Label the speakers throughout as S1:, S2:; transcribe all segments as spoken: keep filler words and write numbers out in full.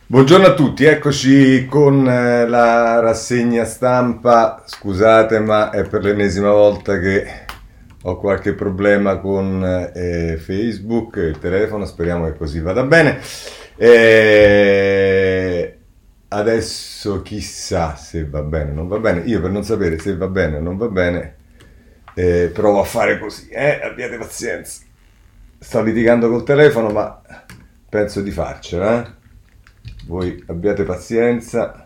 S1: Buongiorno a tutti, eccoci con eh, la rassegna stampa. Scusate, ma è per l'ennesima volta che ho qualche problema con eh, Facebook, il telefono, speriamo che così vada bene. Eh, adesso chissà se va bene o non va bene. Io, per non sapere se va bene o non va bene, eh, provo a fare così, eh? Abbiate pazienza. Sto litigando col telefono, ma penso di farcela, eh? Voi abbiate pazienza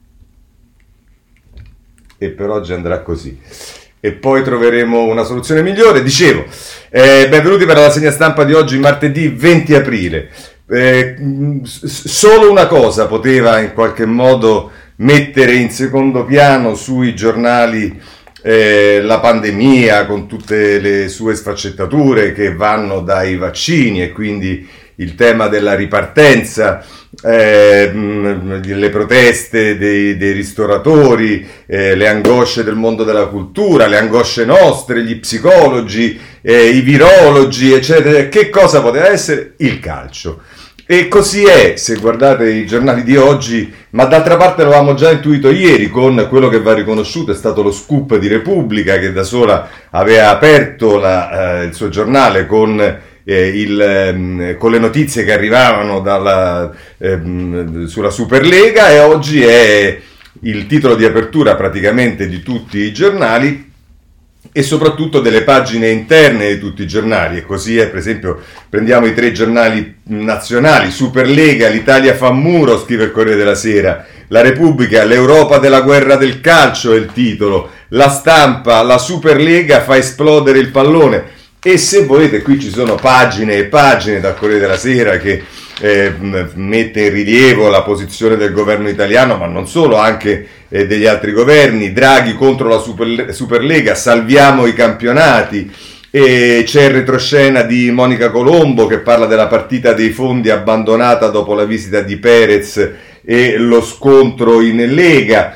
S1: e per oggi andrà così e poi troveremo una soluzione migliore. Dicevo, eh, benvenuti per la rassegna stampa di oggi, martedì venti aprile. Eh, solo una cosa poteva in qualche modo mettere in secondo piano sui giornali eh, la pandemia, con tutte le sue sfaccettature che vanno dai vaccini e quindi il tema della ripartenza, eh, le proteste dei, dei ristoratori, eh, le angosce del mondo della cultura, le angosce nostre, gli psicologi, eh, i virologi, eccetera. Che cosa poteva essere? Il calcio. E così è, se guardate i giornali di oggi, ma d'altra parte l'avevamo già intuito ieri con quello che va riconosciuto, è stato lo scoop di Repubblica, che da sola aveva aperto la, eh, il suo giornale con Eh, il, ehm, con le notizie che arrivavano dalla, ehm, sulla Superlega, e oggi è il titolo di apertura praticamente di tutti i giornali e soprattutto delle pagine interne di tutti i giornali. E così è, per esempio, prendiamo i tre giornali nazionali: Superlega, l'Italia fa muro, scrive il Corriere della Sera; La Repubblica, l'Europa della guerra del calcio è il titolo; La Stampa, la Superlega fa esplodere il pallone. E se volete, qui ci sono pagine e pagine dal Corriere della Sera che eh, mette in rilievo la posizione del governo italiano, ma non solo, anche eh, degli altri governi. Draghi contro la Super, Superlega, salviamo i campionati. E c'è il retroscena di Monica Colombo che parla della partita dei fondi abbandonata dopo la visita di Perez e lo scontro in Lega.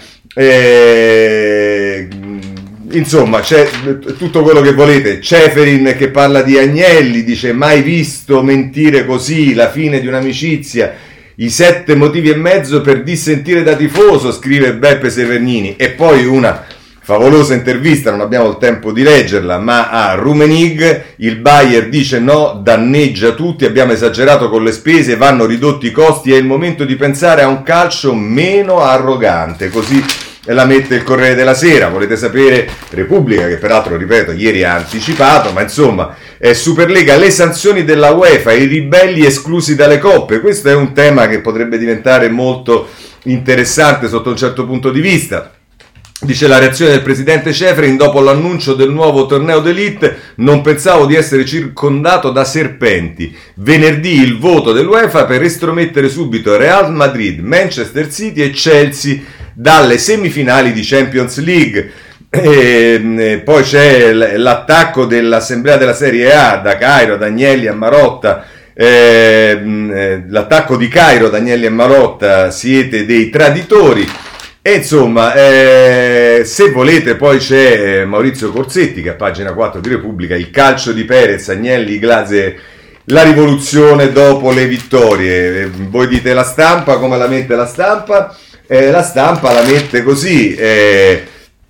S1: E insomma, c'è tutto quello che volete. Ceferin che parla di Agnelli, dice: mai visto mentire così, la fine di un'amicizia, i sette motivi e mezzo per dissentire da tifoso, scrive Beppe Severnini. E poi una favolosa intervista, non abbiamo il tempo di leggerla, ma a Rummenigge: il Bayer dice no, danneggia tutti, abbiamo esagerato con le spese, vanno ridotti i costi, è il momento di pensare a un calcio meno arrogante. Così la mette il Corriere della Sera. Volete sapere Repubblica, che peraltro, ripeto, ieri ha anticipato, ma insomma, è Superlega, le sanzioni della UEFA, i ribelli esclusi dalle coppe. Questo è un tema che potrebbe diventare molto interessante sotto un certo punto di vista. Dice la reazione del presidente Ceferin dopo l'annuncio del nuovo torneo d'élite: non pensavo di essere circondato da serpenti. Venerdì il voto dell'UEFA per estromettere subito Real Madrid, Manchester City e Chelsea dalle semifinali di Champions League. E, e poi c'è l'attacco dell'assemblea della Serie A da Cairo, da Agnelli a Marotta. Eh, l'attacco di Cairo da Agnelli e Marotta: siete dei traditori. E insomma, eh, se volete, poi c'è Maurizio Corsetti che a pagina quattro di Repubblica: il calcio di Perez, Agnelli, Glaser, la rivoluzione dopo le vittorie. Eh, voi dite La Stampa, come la mette La Stampa? Eh, la Stampa la mette così, eh,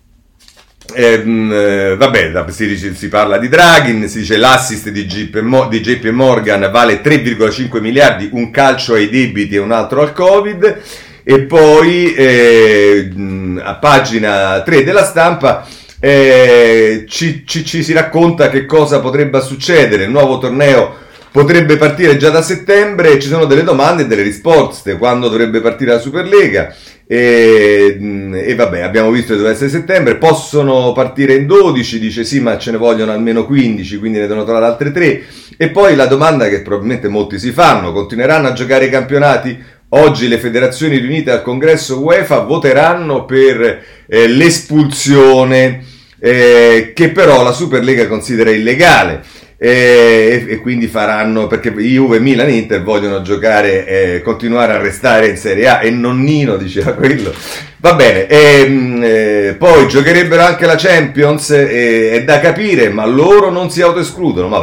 S1: eh, vabbè, si, dice, si parla di Draghi, si dice l'assist di J P, di J P Morgan vale tre virgola cinque miliardi, un calcio ai debiti e un altro al Covid. E poi eh, a pagina tre della Stampa eh, ci, ci, ci si racconta che cosa potrebbe succedere. Il nuovo torneo potrebbe partire già da settembre, ci sono delle domande e delle risposte: quando dovrebbe partire la Superlega, e, e vabbè, abbiamo visto che deve essere settembre. Possono partire in dodici, dice sì, ma ce ne vogliono almeno quindici, quindi ne devono trovare altre tre. E poi la domanda che probabilmente molti si fanno: continueranno a giocare i campionati? Oggi le federazioni riunite al congresso UEFA voteranno per eh, l'espulsione, eh, che però la Superlega considera illegale. E, e quindi faranno, perché Juve, Milan e Inter vogliono giocare, eh, continuare a restare in Serie A, e Nonnino diceva quello. Va bene, e, eh, poi giocherebbero anche la Champions, eh, è da capire, ma loro non si autoescludono. Ma va,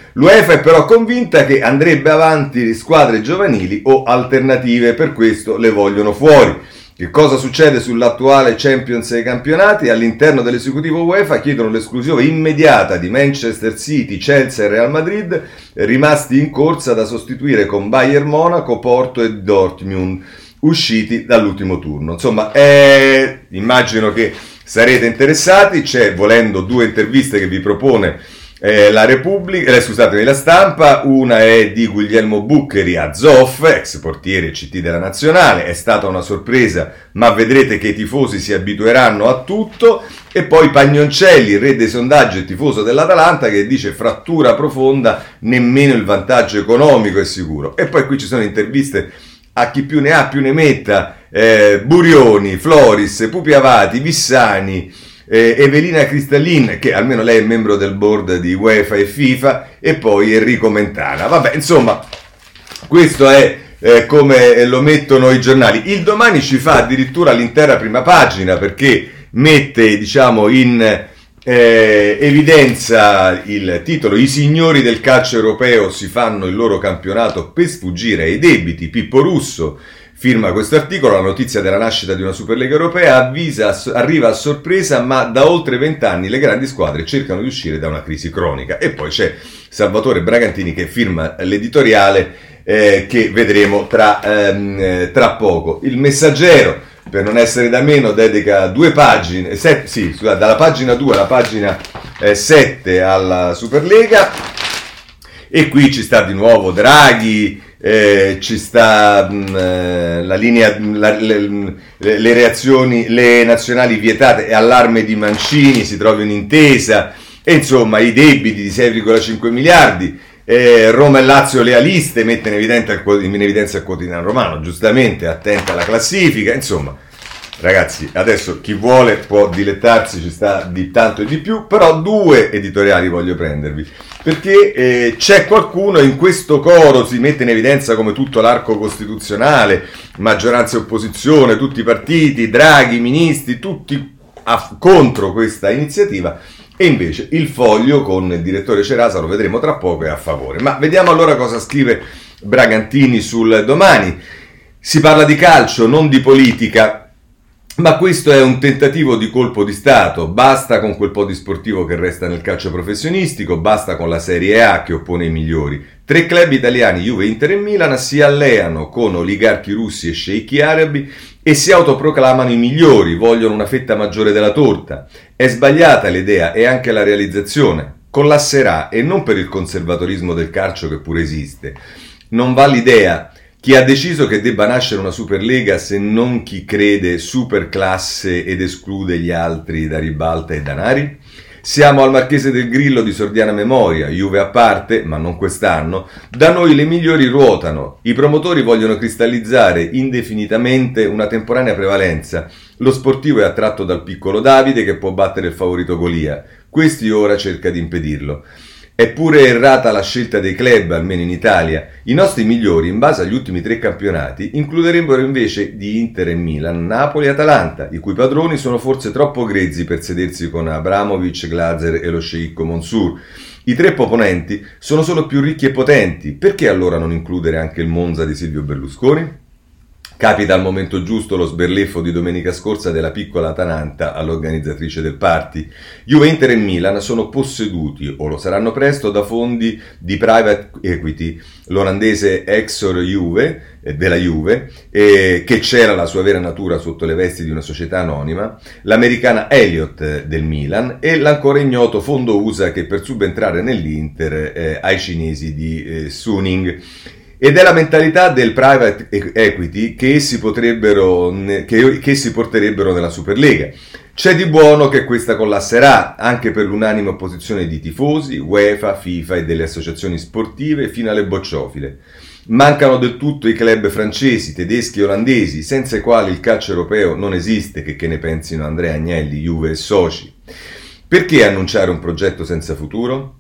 S1: L'UEFA è però convinta che andrebbe avanti squadre giovanili o alternative, per questo le vogliono fuori. Che cosa succede sull'attuale Champions e campionati? All'interno dell'esecutivo UEFA chiedono l'esclusione immediata di Manchester City, Chelsea e Real Madrid, rimasti in corsa da sostituire con Bayern Monaco, Porto e Dortmund, usciti dall'ultimo turno. Insomma, eh, immagino che sarete interessati. C'è, volendo, due interviste che vi propone Eh, la Repubblica, eh, scusatemi, la Stampa. Una è di Guglielmo Buccheri a Zoff, ex portiere C T della Nazionale. È stata una sorpresa, ma vedrete che i tifosi si abitueranno a tutto. E poi Pagnoncelli, re dei sondaggi e tifoso dell'Atalanta, che dice frattura profonda, nemmeno il vantaggio economico è sicuro. E poi qui ci sono interviste a chi più ne ha più ne metta, eh, Burioni, Floris, Pupi Avati, Vissani, Eh, Evelina Cristallin, che almeno lei è membro del board di UEFA e FIFA, e poi Enrico Mentana. Vabbè, insomma, questo è eh, come lo mettono i giornali. Il Domani ci fa addirittura l'intera prima pagina, perché mette, diciamo, in eh, evidenza il titolo: i signori del calcio europeo si fanno il loro campionato per sfuggire ai debiti. Pippo Russo firma questo articolo. La notizia della nascita di una Superlega europea avvisa, arriva a sorpresa, ma da oltre vent'anni le grandi squadre cercano di uscire da una crisi cronica. E poi c'è Salvatore Bragantini che firma l'editoriale eh, che vedremo tra, ehm, tra poco. Il Messaggero, per non essere da meno, dedica due pagine, set, sì, scusate, dalla pagina due alla pagina eh, sette alla Superlega, e qui ci sta di nuovo Draghi. Eh, ci sta mh, la linea, la, le, le reazioni, le nazionali vietate e allarme di Mancini, si trova un'intesa, e insomma i debiti di sei virgola cinque miliardi, eh, Roma e Lazio lealiste, mette in evidenza, in evidenza il quotidiano romano, giustamente attenta alla classifica. Insomma, ragazzi, adesso chi vuole può dilettarsi, ci sta di tanto e di più, però due editoriali voglio prendervi, perché eh, c'è qualcuno in questo coro, si mette in evidenza come tutto l'arco costituzionale, maggioranza e opposizione, tutti i partiti, Draghi, ministri, tutti a, contro questa iniziativa, e invece il Foglio con il direttore Cerasa, lo vedremo tra poco, è a favore. Ma vediamo allora cosa scrive Bragantini sul Domani. Si parla di calcio, non di politica. Ma questo è un tentativo di colpo di Stato. Basta con quel po' di sportivo che resta nel calcio professionistico, basta con la Serie A che oppone i migliori. Tre club italiani, Juve, Inter e Milan, si alleano con oligarchi russi e sceicchi arabi e si autoproclamano i migliori, vogliono una fetta maggiore della torta. È sbagliata l'idea e anche la realizzazione. Collasserà, e non per il conservatorismo del calcio che pure esiste. Non va l'idea. Chi ha deciso che debba nascere una Superlega se non chi crede superclasse ed esclude gli altri da ribalta e danari? Siamo al Marchese del Grillo di sordiana memoria, Juve a parte, ma non quest'anno. Da noi le migliori ruotano. I promotori vogliono cristallizzare indefinitamente una temporanea prevalenza. Lo sportivo è attratto dal piccolo Davide che può battere il favorito Golia. Questi ora cerca di impedirlo. È pure errata la scelta dei club, almeno in Italia. I nostri migliori, in base agli ultimi tre campionati, includerebbero invece di Inter e Milan, Napoli e Atalanta, i cui padroni sono forse troppo grezzi per sedersi con Abramovic, Glazer e lo sceicco Monsur. I tre proponenti sono solo più ricchi e potenti. Perché allora non includere anche il Monza di Silvio Berlusconi? Capita al momento giusto lo sberleffo di domenica scorsa della piccola Atalanta all'organizzatrice del party. Juve, Inter e Milan sono posseduti, o lo saranno presto, da fondi di private equity. L'olandese Exor Juve, eh, della Juve, eh, che c'era la sua vera natura sotto le vesti di una società anonima, l'americana Elliott eh, del Milan e l'ancora ignoto fondo U S A che per subentrare nell'Inter eh, ai cinesi di eh, Suning. Ed è la mentalità del private equity che essi potrebbero, che, che essi porterebbero nella Superlega. C'è di buono che questa collasserà, anche per l'unanime opposizione di tifosi, UEFA, FIFA e delle associazioni sportive fino alle bocciofile. Mancano del tutto i club francesi, tedeschi e olandesi, senza i quali il calcio europeo non esiste, che, che ne pensino Andrea Agnelli, Juve e soci. Perché annunciare un progetto senza futuro?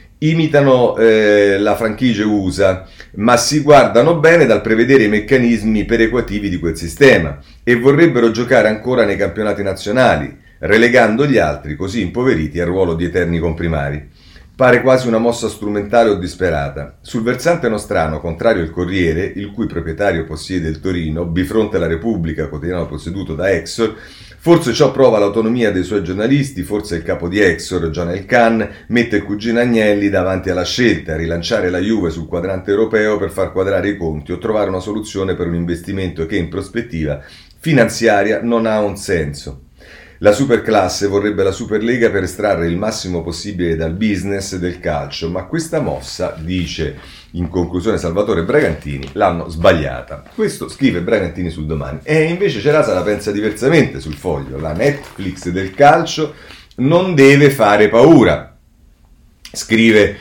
S1: Imitano eh, la franchigia U S A, ma si guardano bene dal prevedere i meccanismi perequativi di quel sistema e vorrebbero giocare ancora nei campionati nazionali, relegando gli altri così impoveriti al ruolo di eterni comprimari. Pare quasi una mossa strumentale o disperata. Sul versante nostrano, contrario il Corriere, il cui proprietario possiede il Torino, bifronte alla Repubblica, quotidiano posseduto da Exor, forse ciò prova l'autonomia dei suoi giornalisti, forse il capo di Exor, John Elkann, mette il cugino Agnelli davanti alla scelta, rilanciare la Juve sul quadrante europeo per far quadrare i conti o trovare una soluzione per un investimento che in prospettiva finanziaria non ha un senso. La superclasse vorrebbe la Superlega per estrarre il massimo possibile dal business del calcio, ma questa mossa, dice in conclusione Salvatore Bragantini, l'hanno sbagliata. Questo scrive Bragantini sul Domani. E invece Cerasa la pensa diversamente sul Foglio. La Netflix del calcio non deve fare paura, scrive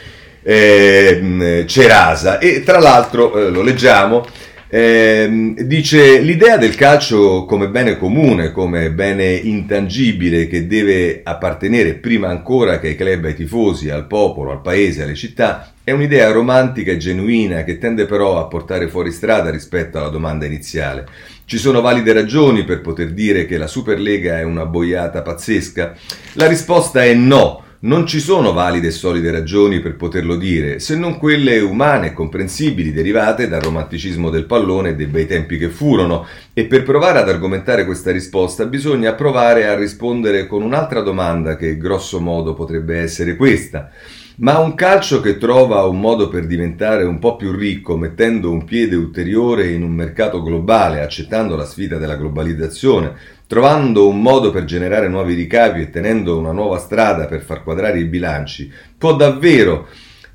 S1: eh, Cerasa. E tra l'altro, eh, lo leggiamo, Eh, dice l'idea del calcio come bene comune, come bene intangibile che deve appartenere prima ancora che ai club, ai tifosi, al popolo, al paese, alle città, è un'idea romantica e genuina che tende però a portare fuori strada rispetto alla domanda iniziale. Ci sono valide ragioni per poter dire che la Superlega è una boiata pazzesca? La risposta è no. Non ci sono valide e solide ragioni per poterlo dire, se non quelle umane e comprensibili derivate dal romanticismo del pallone e dei bei tempi che furono, e per provare ad argomentare questa risposta bisogna provare a rispondere con un'altra domanda che grosso modo potrebbe essere questa. Ma un calcio che trova un modo per diventare un po' più ricco mettendo un piede ulteriore in un mercato globale, accettando la sfida della globalizzazione, trovando un modo per generare nuovi ricavi e tenendo una nuova strada per far quadrare i bilanci, può davvero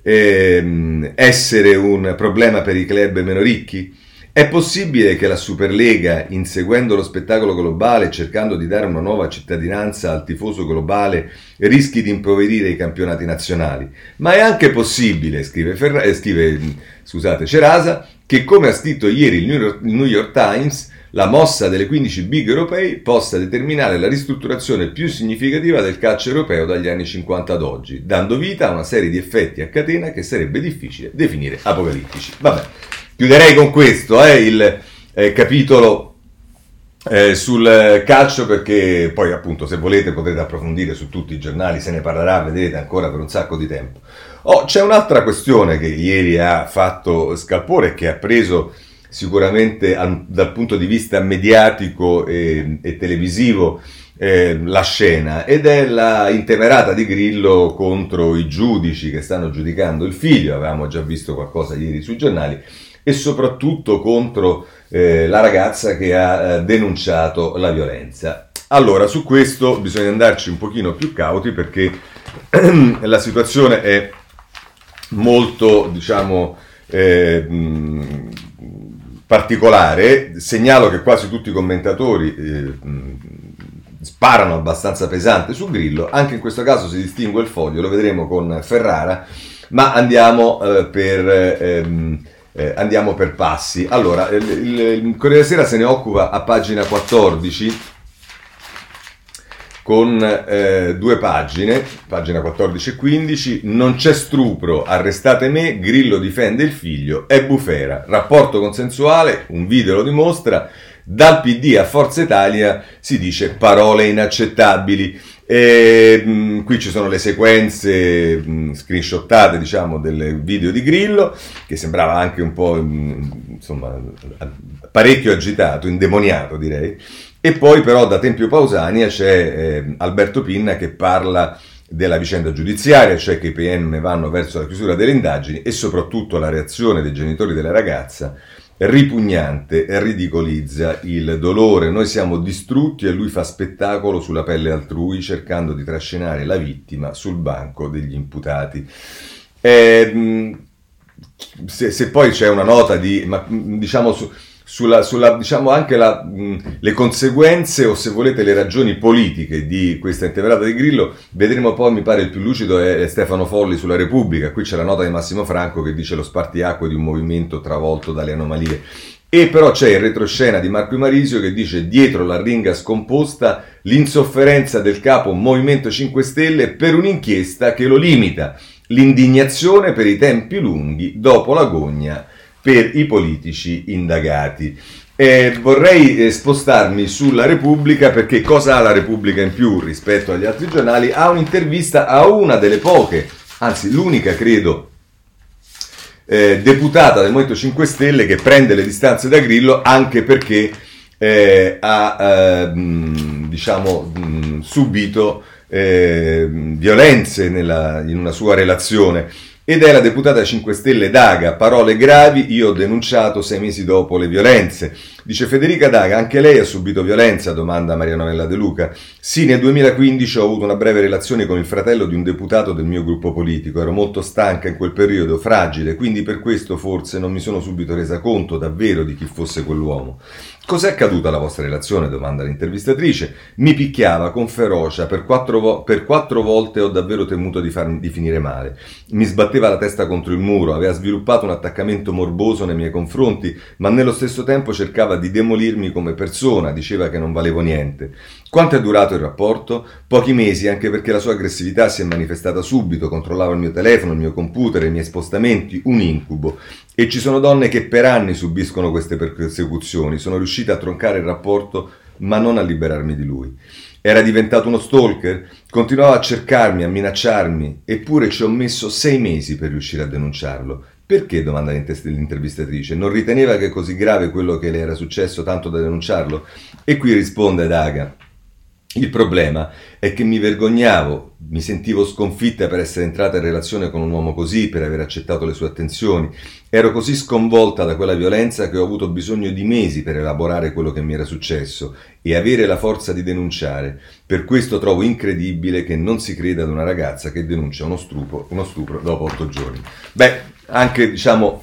S1: ehm, essere un problema per i club meno ricchi? È possibile che la Superlega, inseguendo lo spettacolo globale e cercando di dare una nuova cittadinanza al tifoso globale, rischi di impoverire i campionati nazionali? Ma è anche possibile, scrive, Ferra- eh, scrive scusate, Cerasa, che come ha scritto ieri il New York, il New York Times, la mossa delle quindici big europei possa determinare la ristrutturazione più significativa del calcio europeo dagli anni cinquanta ad oggi, dando vita a una serie di effetti a catena che sarebbe difficile definire apocalittici. Vabbè. Chiuderei con questo eh, il eh, capitolo eh, sul calcio, perché poi appunto se volete potete approfondire su tutti i giornali, se ne parlerà, vedrete, ancora per un sacco di tempo. Oh, c'è un'altra questione che ieri ha fatto scalpore e che ha preso sicuramente al, dal punto di vista mediatico e, e televisivo eh, la scena, ed è la intemerata di Grillo contro i giudici che stanno giudicando il figlio. Avevamo già visto qualcosa ieri sui giornali, e soprattutto contro eh, la ragazza che ha eh, denunciato la violenza. Allora, su questo bisogna andarci un pochino più cauti, perché la situazione è molto, diciamo, eh, mh, particolare. Segnalo che quasi tutti i commentatori eh, mh, sparano abbastanza pesante su Grillo. Anche in questo caso si distingue il Foglio, lo vedremo con Ferrara, ma andiamo eh, per... Ehm, Eh, andiamo per passi. Allora, il, il, il Corriere della Sera se ne occupa a pagina quattordici con eh, due pagine, pagina quattordici e quindici. Non c'è stupro, arrestate me, Grillo difende il figlio, è bufera, rapporto consensuale, un video lo dimostra, dal P D a Forza Italia si dice parole inaccettabili. E, mh, qui ci sono le sequenze mh, screenshottate, diciamo, del video di Grillo, che sembrava anche un po', mh, insomma, parecchio agitato, indemoniato direi. E poi però da Tempio Pausania c'è eh, Alberto Pinna che parla della vicenda giudiziaria, cioè che i P M vanno verso la chiusura delle indagini, e soprattutto la reazione dei genitori della ragazza, ripugnante, e ridicolizza il dolore. Noi siamo distrutti e lui fa spettacolo sulla pelle altrui, cercando di trascinare la vittima sul banco degli imputati. E, se, se poi c'è una nota di, ma, diciamo, su, sulla, sulla, diciamo anche la, mh, le conseguenze, o se volete le ragioni politiche di questa intemerata di Grillo, vedremo poi. Mi pare il più lucido è, è Stefano Folli sulla Repubblica. Qui c'è la nota di Massimo Franco che dice lo spartiacque di un movimento travolto dalle anomalie. E però c'è il retroscena di Marco Imarisio che dice: dietro la ringa scomposta l'insofferenza del capo Movimento cinque Stelle per un'inchiesta che lo limita, l'indignazione per i tempi lunghi dopo la gogna per i politici indagati. Eh, vorrei eh, spostarmi sulla Repubblica, perché cosa ha la Repubblica in più rispetto agli altri giornali? Ha un'intervista a una delle poche anzi l'unica credo eh, deputata del Movimento cinque Stelle che prende le distanze da Grillo, anche perché eh, ha eh, mh, diciamo mh, subito eh, violenze nella, in una sua relazione. Ed è la deputata cinque Stelle Daga. Parole gravi, io ho denunciato sei mesi dopo le violenze. Dice Federica Daga, anche lei ha subito violenza? Domanda Maria Novella De Luca. Sì, nel duemilaquindici ho avuto una breve relazione con il fratello di un deputato del mio gruppo politico. Ero molto stanca in quel periodo, fragile, quindi per questo forse non mi sono subito resa conto davvero di chi fosse quell'uomo. Cos'è accaduto alla vostra relazione? Domanda l'intervistatrice. Mi picchiava con ferocia, per quattro, vo- per quattro volte ho davvero temuto di, farmi, di finire male. Mi sbatteva la testa contro il muro, aveva sviluppato un attaccamento morboso nei miei confronti, ma nello stesso tempo cercava di demolirmi come persona, diceva che non valevo niente. Quanto è durato il rapporto? Pochi mesi, anche perché la sua aggressività si è manifestata subito, controllava il mio telefono, il mio computer, i miei spostamenti, un incubo. E ci sono donne che per anni subiscono queste persecuzioni, sono riuscita a troncare il rapporto ma non a liberarmi di lui. Era diventato uno stalker? Continuava a cercarmi, a minacciarmi, eppure ci ho messo sei mesi per riuscire a denunciarlo. Perché? Domanda l'intervistatrice. Non riteneva che è così grave quello che le era successo tanto da denunciarlo? E qui risponde Daga. Il problema è che mi vergognavo, mi sentivo sconfitta per essere entrata in relazione con un uomo così, per aver accettato le sue attenzioni. Ero così sconvolta da quella violenza che ho avuto bisogno di mesi per elaborare quello che mi era successo e avere la forza di denunciare. Per questo trovo incredibile che non si creda ad una ragazza che denuncia uno stupro, uno stupro dopo otto giorni. Beh, anche diciamo...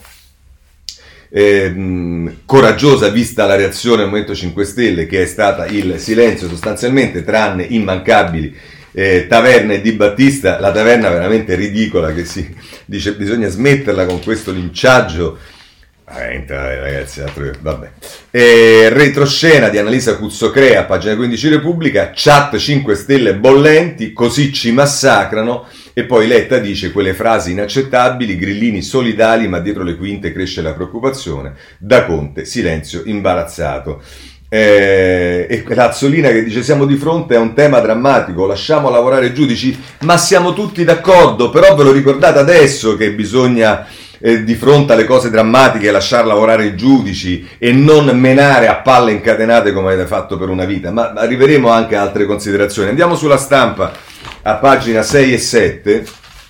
S1: Eh, coraggiosa vista la reazione del Movimento cinque Stelle, che è stata il silenzio sostanzialmente, tranne immancabili eh, Taverna e Di Battista. La Taverna veramente ridicola, che si dice bisogna smetterla con questo linciaggio. Veramente, ragazzi, altro, vabbè. Eh, retroscena di Annalisa Cuzzocrea, pagina quindici Repubblica, chat cinque Stelle bollenti, così ci massacrano. E poi Letta dice quelle frasi inaccettabili, grillini solidali, ma dietro le quinte cresce la preoccupazione. Da Conte, silenzio imbarazzato. Eh, e Lazzolina che dice siamo di fronte a un tema drammatico, lasciamo lavorare i giudici, ma siamo tutti d'accordo, però ve lo ricordate adesso che bisogna eh, di fronte alle cose drammatiche lasciar lavorare i giudici e non menare a palle incatenate come avete fatto per una vita. Ma arriveremo anche a altre considerazioni. Andiamo sulla Stampa a pagina sei e sette.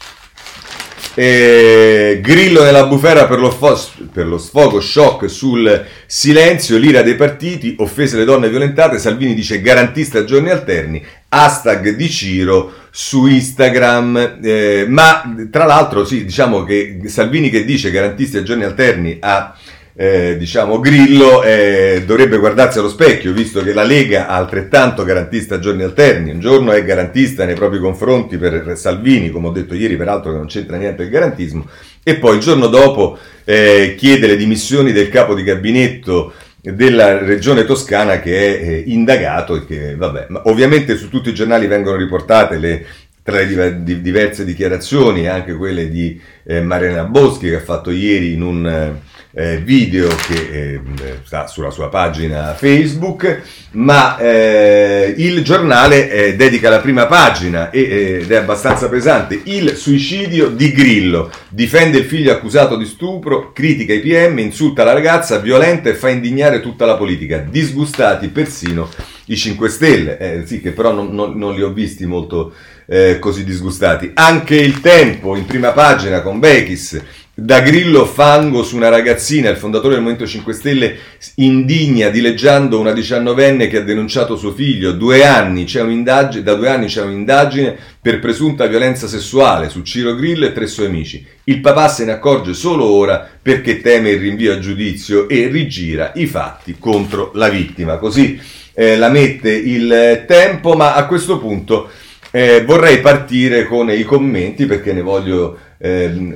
S1: Eh, Grillo nella bufera per lo, fo- per lo sfogo, shock sul silenzio, l'ira dei partiti, offese le donne violentate, Salvini dice garantista a giorni alterni, hashtag di Ciro su Instagram. Eh, ma tra l'altro sì, diciamo che Salvini che dice garantisti a giorni alterni a Eh, diciamo Grillo eh, dovrebbe guardarsi allo specchio, visto che la Lega ha altrettanto garantista a giorni alterni. Un giorno è garantista nei propri confronti per Salvini, come ho detto ieri, peraltro che non c'entra niente il garantismo, e poi il giorno dopo eh, chiede le dimissioni del capo di gabinetto della regione toscana che è eh, indagato e che vabbè, ma ovviamente su tutti i giornali vengono riportate le tra le diverse dichiarazioni, anche quelle di eh, Mariana Boschi, che ha fatto ieri in un eh, video che eh, sta sulla sua pagina Facebook, ma eh, il giornale eh, dedica la prima pagina e, eh, ed è abbastanza pesante. Il suicidio di Grillo, difende il figlio accusato di stupro, critica i P M, insulta la ragazza, violenta e fa indignare tutta la politica, disgustati persino i cinque Stelle, eh, sì, che però non, non, non li ho visti molto eh, così disgustati. Anche Il Tempo in prima pagina con Bechis, da Grillo fango su una ragazzina, il fondatore del Movimento cinque Stelle indigna dileggiando una diciannovenne che ha denunciato suo figlio. Due anni c'è un'indagine, da due anni c'è un'indagine per presunta violenza sessuale su Ciro Grillo e tre suoi amici. Il papà se ne accorge solo ora perché teme il rinvio a giudizio e rigira i fatti contro la vittima. Così eh, la mette Il Tempo, ma a questo punto eh, vorrei partire con i commenti, perché ne voglio Eh,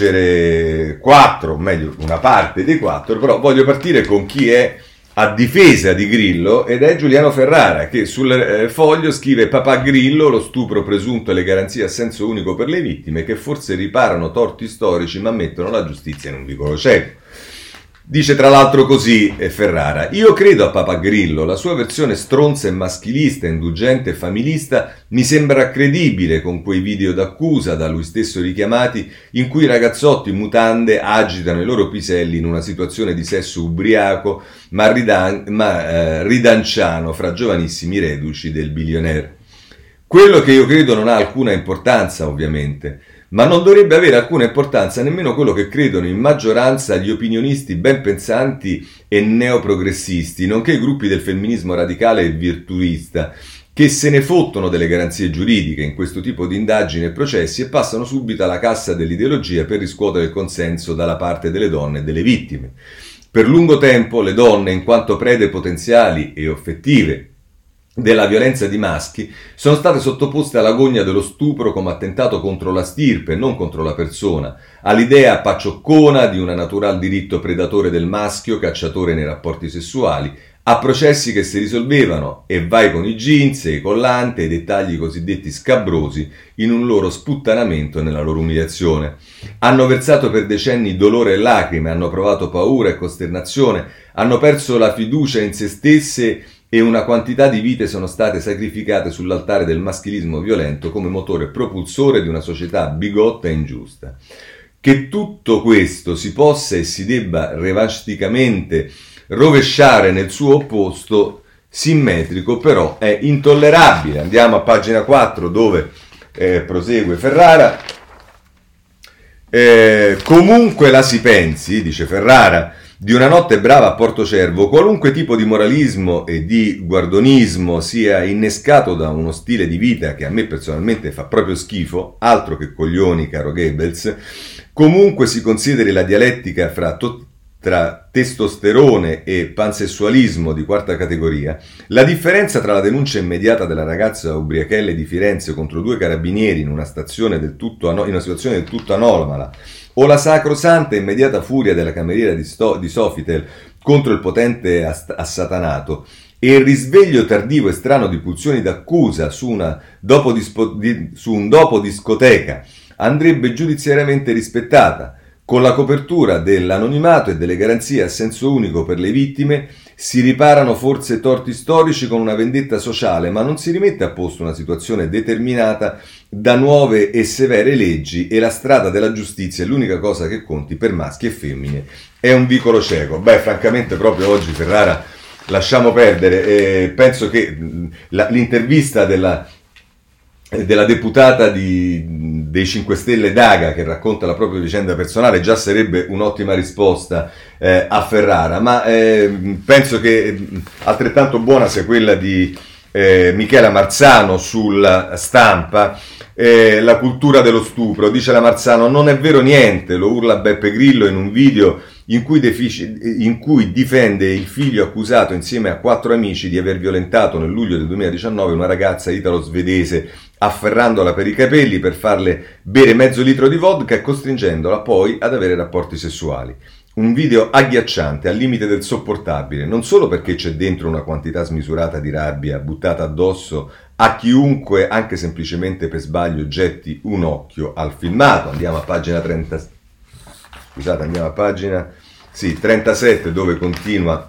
S1: leggere quattro, meglio una parte dei quattro, però voglio partire con chi è a difesa di Grillo ed è Giuliano Ferrara, che sul eh, Foglio scrive: papà Grillo, lo stupro presunto e le garanzie a senso unico per le vittime che forse riparano torti storici ma mettono la giustizia in un vicolo cieco. Dice tra l'altro così eh, Ferrara: io credo a Papa Grillo, la sua versione stronza e maschilista, indulgente e familista mi sembra credibile, con quei video d'accusa da lui stesso richiamati in cui i ragazzotti in mutande agitano i loro piselli in una situazione di sesso ubriaco ma, ridan- ma eh, ridanciano fra giovanissimi reduci del billionaire. Quello che io credo non ha alcuna importanza, ovviamente, ma non dovrebbe avere alcuna importanza nemmeno quello che credono in maggioranza gli opinionisti ben pensanti e neoprogressisti, nonché i gruppi del femminismo radicale e virtuista, che se ne fottono delle garanzie giuridiche in questo tipo di indagini e processi e passano subito alla cassa dell'ideologia per riscuotere il consenso dalla parte delle donne e delle vittime. Per lungo tempo le donne, in quanto prede potenziali e affettive della violenza di maschi, sono state sottoposte alla gogna dello stupro come attentato contro la stirpe, non contro la persona, all'idea paccioccona di un natural diritto predatore del maschio, cacciatore nei rapporti sessuali, a processi che si risolvevano, e vai con i jeans, i collante e i dettagli cosiddetti scabrosi, in un loro sputtanamento e nella loro umiliazione. Hanno versato per decenni dolore e lacrime, hanno provato paura e costernazione, hanno perso la fiducia in se stesse e una quantità di vite sono state sacrificate sull'altare del maschilismo violento come motore propulsore di una società bigotta e ingiusta. Che tutto questo si possa e si debba revansticamente rovesciare nel suo opposto simmetrico però è intollerabile. Andiamo a pagina quattro dove eh, prosegue Ferrara. Eh, comunque la si pensi, dice Ferrara, di una notte brava a Portocervo, qualunque tipo di moralismo e di guardonismo sia innescato da uno stile di vita che a me personalmente fa proprio schifo, altro che coglioni, caro Goebbels, comunque si consideri la dialettica fra, to- tra testosterone e pansessualismo di quarta categoria, la differenza tra la denuncia immediata della ragazza ubriachelle di Firenze contro due carabinieri in una, stazione del tutto ano- in una situazione del tutto anomala, o la sacrosanta e immediata furia della cameriera di, Sto- di Sofitel contro il potente ass- assatanato, e il risveglio tardivo e strano di pulsioni d'accusa su, una dopo dispo- di- su un dopo discoteca andrebbe giudiziariamente rispettata. Con la copertura dell'anonimato e delle garanzie a senso unico per le vittime si riparano forse torti storici con una vendetta sociale, ma non si rimette a posto una situazione determinata da nuove e severe leggi, e la strada della giustizia è l'unica cosa che conti per maschi e femmine. È un vicolo cieco. Beh, francamente proprio oggi Ferrara lasciamo perdere. Eh, penso che mh, la, l'intervista della, della deputata di... dei cinque Stelle Daga, che racconta la propria vicenda personale, già sarebbe un'ottima risposta eh, a Ferrara, ma eh, penso che altrettanto buona sia quella di eh, Michela Marzano sulla Stampa, eh, la cultura dello stupro. Dice la Marzano: non è vero niente, lo urla Beppe Grillo in un video in cui, defici, in cui difende il figlio accusato insieme a quattro amici di aver violentato nel luglio del duemiladiciannove una ragazza italo-svedese, afferrandola per i capelli per farle bere mezzo litro di vodka e costringendola poi ad avere rapporti sessuali. Un video agghiacciante, al limite del sopportabile, non solo perché c'è dentro una quantità smisurata di rabbia buttata addosso a chiunque, anche semplicemente per sbaglio, getti un occhio al filmato. Andiamo a pagina trenta. Scusate, andiamo a pagina sì, trentasette, dove continua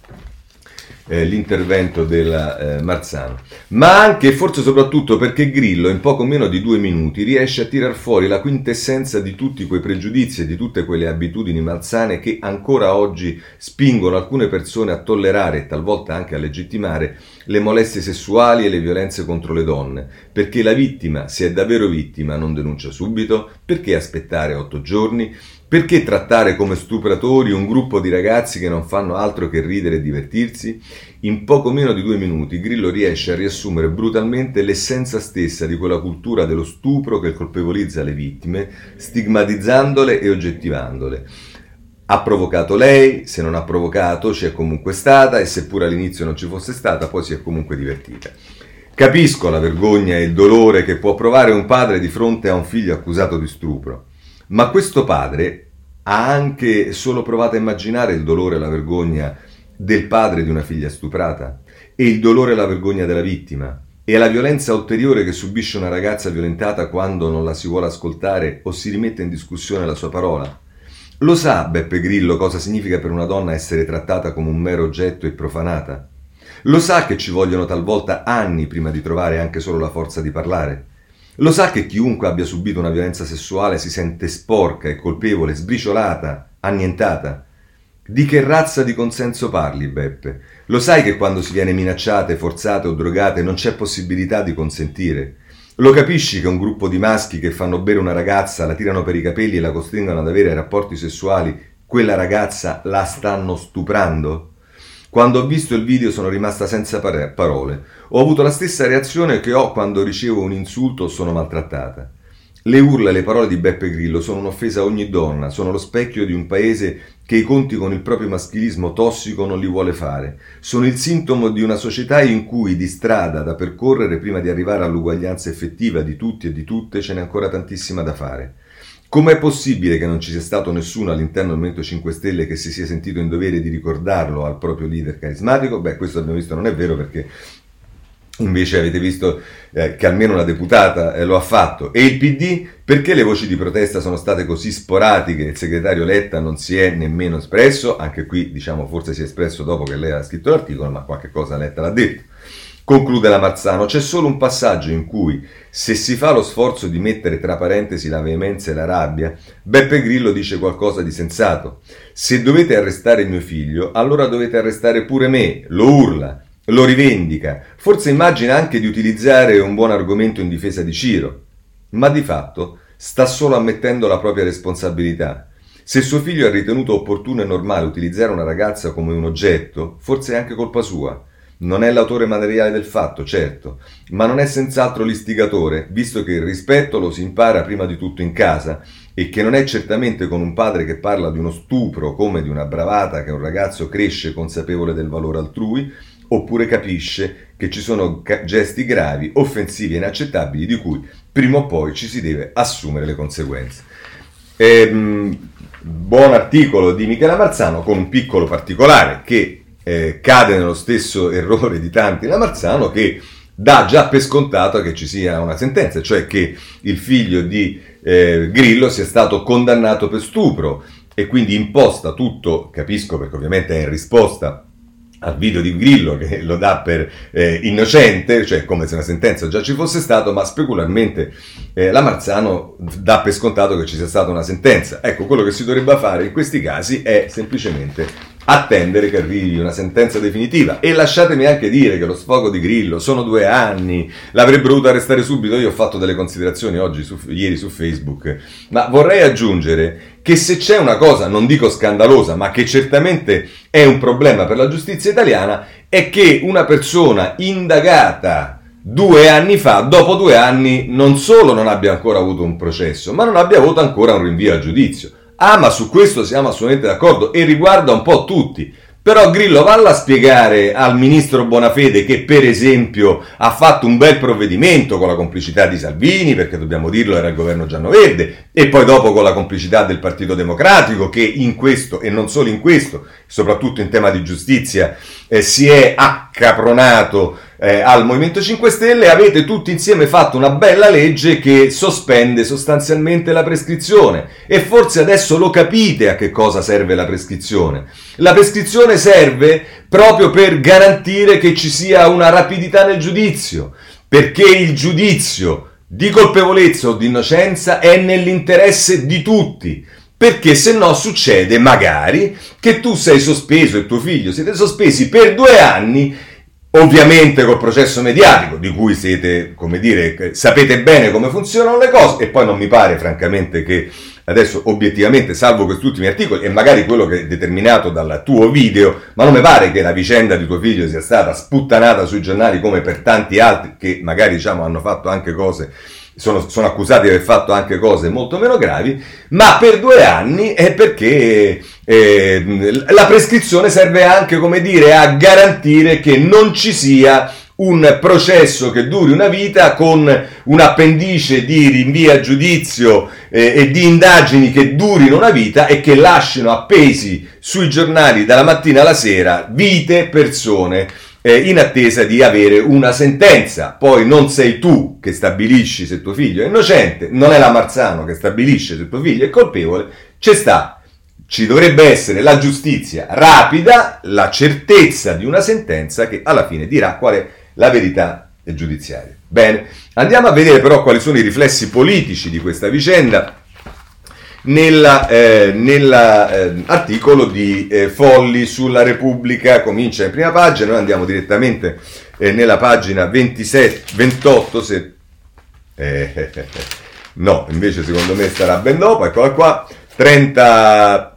S1: Eh, l'intervento della eh, Marzano, ma anche e forse soprattutto perché Grillo in poco meno di due minuti riesce a tirar fuori la quintessenza di tutti quei pregiudizi e di tutte quelle abitudini malsane che ancora oggi spingono alcune persone a tollerare e talvolta anche a legittimare le molestie sessuali e le violenze contro le donne. Perché la vittima, se è davvero vittima, non denuncia subito? Perché aspettare otto giorni? Perché trattare come stupratori un gruppo di ragazzi che non fanno altro che ridere e divertirsi? In poco meno di due minuti Grillo riesce a riassumere brutalmente l'essenza stessa di quella cultura dello stupro che colpevolizza le vittime, stigmatizzandole e oggettivandole. Ha provocato lei, se non ha provocato ci è comunque stata, e seppur all'inizio non ci fosse stata, poi si è comunque divertita. Capisco la vergogna e il dolore che può provare un padre di fronte a un figlio accusato di stupro. Ma questo padre ha anche solo provato a immaginare il dolore e la vergogna del padre di una figlia stuprata, e il dolore e la vergogna della vittima, e la violenza ulteriore che subisce una ragazza violentata quando non la si vuole ascoltare o si rimette in discussione la sua parola. Lo sa Beppe Grillo cosa significa per una donna essere trattata come un mero oggetto e profanata? Lo sa che ci vogliono talvolta anni prima di trovare anche solo la forza di parlare? Lo sa che chiunque abbia subito una violenza sessuale si sente sporca e colpevole, sbriciolata, annientata? Di che razza di consenso parli, Beppe? Lo sai che quando si viene minacciate, forzate o drogate non c'è possibilità di consentire? Lo capisci che un gruppo di maschi che fanno bere una ragazza, la tirano per i capelli e la costringono ad avere rapporti sessuali, quella ragazza la stanno stuprando? Quando ho visto il video sono rimasta senza parole. Ho avuto la stessa reazione che ho quando ricevo un insulto o sono maltrattata. Le urla e le parole di Beppe Grillo sono un'offesa a ogni donna, sono lo specchio di un paese che i conti con il proprio maschilismo tossico non li vuole fare. Sono il sintomo di una società in cui di strada da percorrere prima di arrivare all'uguaglianza effettiva di tutti e di tutte ce n'è ancora tantissima da fare. Com'è possibile che non ci sia stato nessuno all'interno del Movimento cinque Stelle che si sia sentito in dovere di ricordarlo al proprio leader carismatico? Beh, questo abbiamo visto non è vero, perché invece avete visto eh, che almeno una deputata eh, lo ha fatto. E il P D? Perché le voci di protesta sono state così sporadiche? Il segretario Letta non si è nemmeno espresso, anche qui diciamo forse si è espresso dopo che lei ha scritto l'articolo, ma qualche cosa Letta l'ha detto. Conclude la Marzano, c'è solo un passaggio in cui, se si fa lo sforzo di mettere tra parentesi la veemenza e la rabbia, Beppe Grillo dice qualcosa di sensato. Se dovete arrestare mio figlio, allora dovete arrestare pure me, lo urla. Lo rivendica, forse immagina anche di utilizzare un buon argomento in difesa di Ciro, ma di fatto sta solo ammettendo la propria responsabilità. Se suo figlio ha ritenuto opportuno e normale utilizzare una ragazza come un oggetto, forse è anche colpa sua. Non è l'autore materiale del fatto, certo, ma non è senz'altro l'istigatore, visto che il rispetto lo si impara prima di tutto in casa e che non è certamente con un padre che parla di uno stupro come di una bravata che un ragazzo cresce consapevole del valore altrui, oppure capisce che ci sono gesti gravi, offensivi e inaccettabili di cui prima o poi ci si deve assumere le conseguenze. Ehm, buon articolo di Michela Marzano, con un piccolo particolare che eh, cade nello stesso errore di tanti la Marzano, che dà già per scontato che ci sia una sentenza, cioè che il figlio di eh, Grillo sia stato condannato per stupro e quindi imposta tutto, capisco perché ovviamente è in risposta al video di Grillo che lo dà per eh, innocente, cioè come se una sentenza già ci fosse stato, ma specularmente eh, la Marzano dà per scontato che ci sia stata una sentenza. Ecco, quello che si dovrebbe fare in questi casi è semplicemente attendere che arrivi una sentenza definitiva. E lasciatemi anche dire che lo sfogo di Grillo sono due anni, l'avrebbero dovuto arrestare subito. Io ho fatto delle considerazioni oggi su, ieri su Facebook, ma vorrei aggiungere che se c'è una cosa, non dico scandalosa, ma che certamente è un problema per la giustizia italiana, è che una persona indagata due anni fa, dopo due anni, non solo non abbia ancora avuto un processo, ma non abbia avuto ancora un rinvio a giudizio. Ah, ma su questo siamo assolutamente d'accordo e riguarda un po' tutti. Però Grillo valla a spiegare al ministro Bonafede che per esempio ha fatto un bel provvedimento con la complicità di Salvini, perché dobbiamo dirlo era il governo gialloverde, e poi dopo con la complicità del Partito Democratico che in questo e non solo in questo, soprattutto in tema di giustizia, eh, si è accapronato eh, al Movimento cinque Stelle. Avete tutti insieme fatto una bella legge che sospende sostanzialmente la prescrizione e forse adesso lo capite a che cosa serve la prescrizione. La prescrizione serve proprio per garantire che ci sia una rapidità nel giudizio, perché il giudizio di colpevolezza o di innocenza è nell'interesse di tutti, perché se no succede magari che tu sei sospeso e tuo figlio siete sospesi per due anni, ovviamente col processo mediatico, di cui siete, come dire, sapete bene come funzionano le cose, e poi non mi pare francamente che adesso obiettivamente, salvo questi ultimi articoli e magari quello che è determinato dal tuo video, ma non mi pare che la vicenda di tuo figlio sia stata sputtanata sui giornali come per tanti altri che magari diciamo hanno fatto anche cose, sono, sono accusati di aver fatto anche cose molto meno gravi, ma per due anni è perché eh, la prescrizione serve anche, come dire, a garantire che non ci sia un processo che duri una vita con un appendice di rinvio a giudizio eh, e di indagini che durino una vita e che lasciano appesi sui giornali dalla mattina alla sera vite, persone eh, in attesa di avere una sentenza. Poi non sei tu che stabilisci se tuo figlio è innocente, non è la Marzano che stabilisce se tuo figlio è colpevole, c'è sta ci dovrebbe essere la giustizia rapida, la certezza di una sentenza che alla fine dirà qual è la verità giudiziaria. Bene, andiamo a vedere però quali sono i riflessi politici di questa vicenda nell'articolo eh, di eh, Folli sulla Repubblica. Comincia in prima pagina, noi andiamo direttamente eh, nella pagina ventisette, ventotto, se... Eh, eh, eh, no, invece secondo me starà ben dopo, eccola qua, trentaquattro,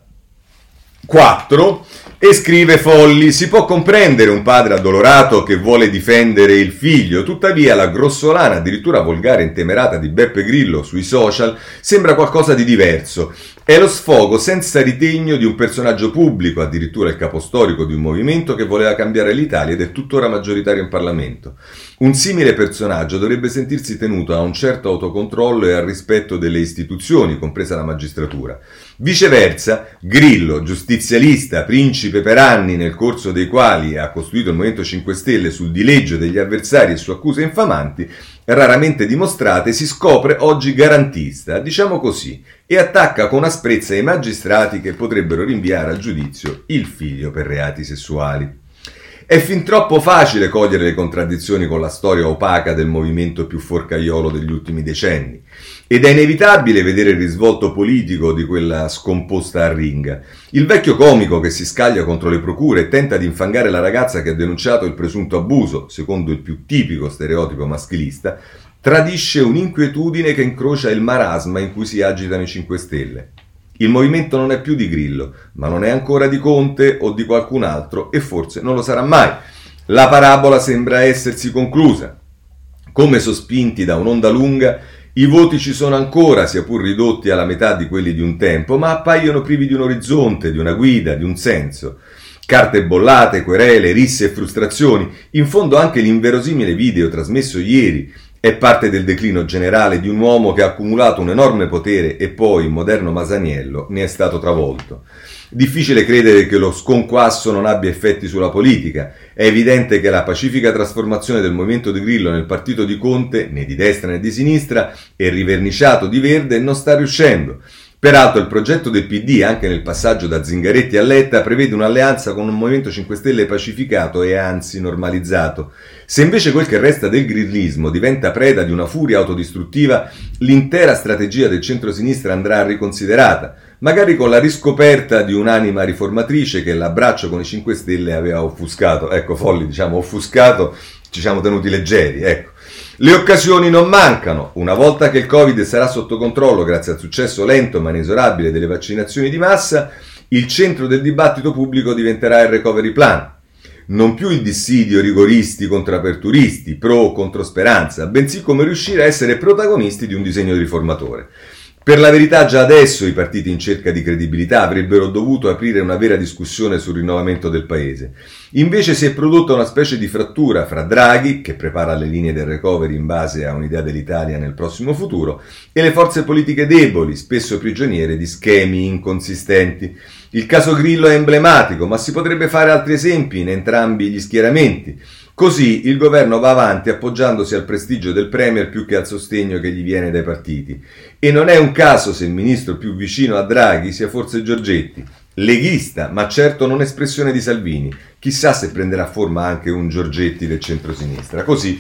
S1: e scrive Folli: si può comprendere un padre addolorato che vuole difendere il figlio, tuttavia la grossolana, addirittura volgare e intemerata di Beppe Grillo sui social sembra qualcosa di diverso. È lo sfogo senza ritegno di un personaggio pubblico, addirittura il capostorico di un movimento che voleva cambiare l'Italia ed è tuttora maggioritario in Parlamento. Un simile personaggio dovrebbe sentirsi tenuto a un certo autocontrollo e al rispetto delle istituzioni, compresa la magistratura. Viceversa, Grillo, giustizialista, principe per anni, nel corso dei quali ha costruito il Movimento cinque Stelle sul dileggio degli avversari e su accuse infamanti, raramente dimostrate, si scopre oggi garantista, diciamo così, e attacca con asprezza i magistrati che potrebbero rinviare a giudizio il figlio per reati sessuali. È fin troppo facile cogliere le contraddizioni con la storia opaca del movimento più forcaiolo degli ultimi decenni, ed è inevitabile vedere il risvolto politico di quella scomposta arringa. Il vecchio comico che si scaglia contro le procure e tenta di infangare la ragazza che ha denunciato il presunto abuso, secondo il più tipico stereotipo maschilista, tradisce un'inquietudine che incrocia il marasma in cui si agitano i cinque Stelle. Il movimento non è più di Grillo, ma non è ancora di Conte o di qualcun altro, e forse non lo sarà mai. La parabola sembra essersi conclusa. Come sospinti da un'onda lunga, i voti ci sono ancora, sia pur ridotti alla metà di quelli di un tempo, ma appaiono privi di un orizzonte, di una guida, di un senso. Carte bollate, querele, risse e frustrazioni, in fondo anche l'inverosimile video trasmesso ieri è parte del declino generale di un uomo che ha accumulato un enorme potere e poi, moderno Masaniello, ne è stato travolto. Difficile credere che lo sconquasso non abbia effetti sulla politica. È evidente che la pacifica trasformazione del movimento di Grillo nel partito di Conte, né di destra né di sinistra, e riverniciato di verde, non sta riuscendo. Peraltro il progetto del P D, anche nel passaggio da Zingaretti a Letta, prevede un'alleanza con un Movimento cinque Stelle pacificato e anzi normalizzato. Se invece quel che resta del grillismo diventa preda di una furia autodistruttiva, l'intera strategia del centro-sinistra andrà riconsiderata, magari con la riscoperta di un'anima riformatrice che l'abbraccio con i cinque Stelle aveva offuscato. Ecco, Folli, diciamo, offuscato, ci siamo tenuti leggeri, ecco. Le occasioni non mancano. Una volta che il Covid sarà sotto controllo grazie al successo lento ma inesorabile delle vaccinazioni di massa, il centro del dibattito pubblico diventerà il recovery plan. Non più il dissidio rigoristi contro aperturisti, pro o contro Speranza, bensì come riuscire a essere protagonisti di un disegno riformatore. Per la verità, già adesso i partiti in cerca di credibilità avrebbero dovuto aprire una vera discussione sul rinnovamento del paese. Invece si è prodotta una specie di frattura fra Draghi, che prepara le linee del recovery in base a un'idea dell'Italia nel prossimo futuro, e le forze politiche deboli, spesso prigioniere di schemi inconsistenti. Il caso Grillo è emblematico, ma si potrebbe fare altri esempi in entrambi gli schieramenti. Così il governo va avanti appoggiandosi al prestigio del Premier più che al sostegno che gli viene dai partiti. E non è un caso se il ministro più vicino a Draghi sia forse Giorgetti, leghista, ma certo non espressione di Salvini. Chissà se prenderà forma anche un Giorgetti del centrosinistra. Così,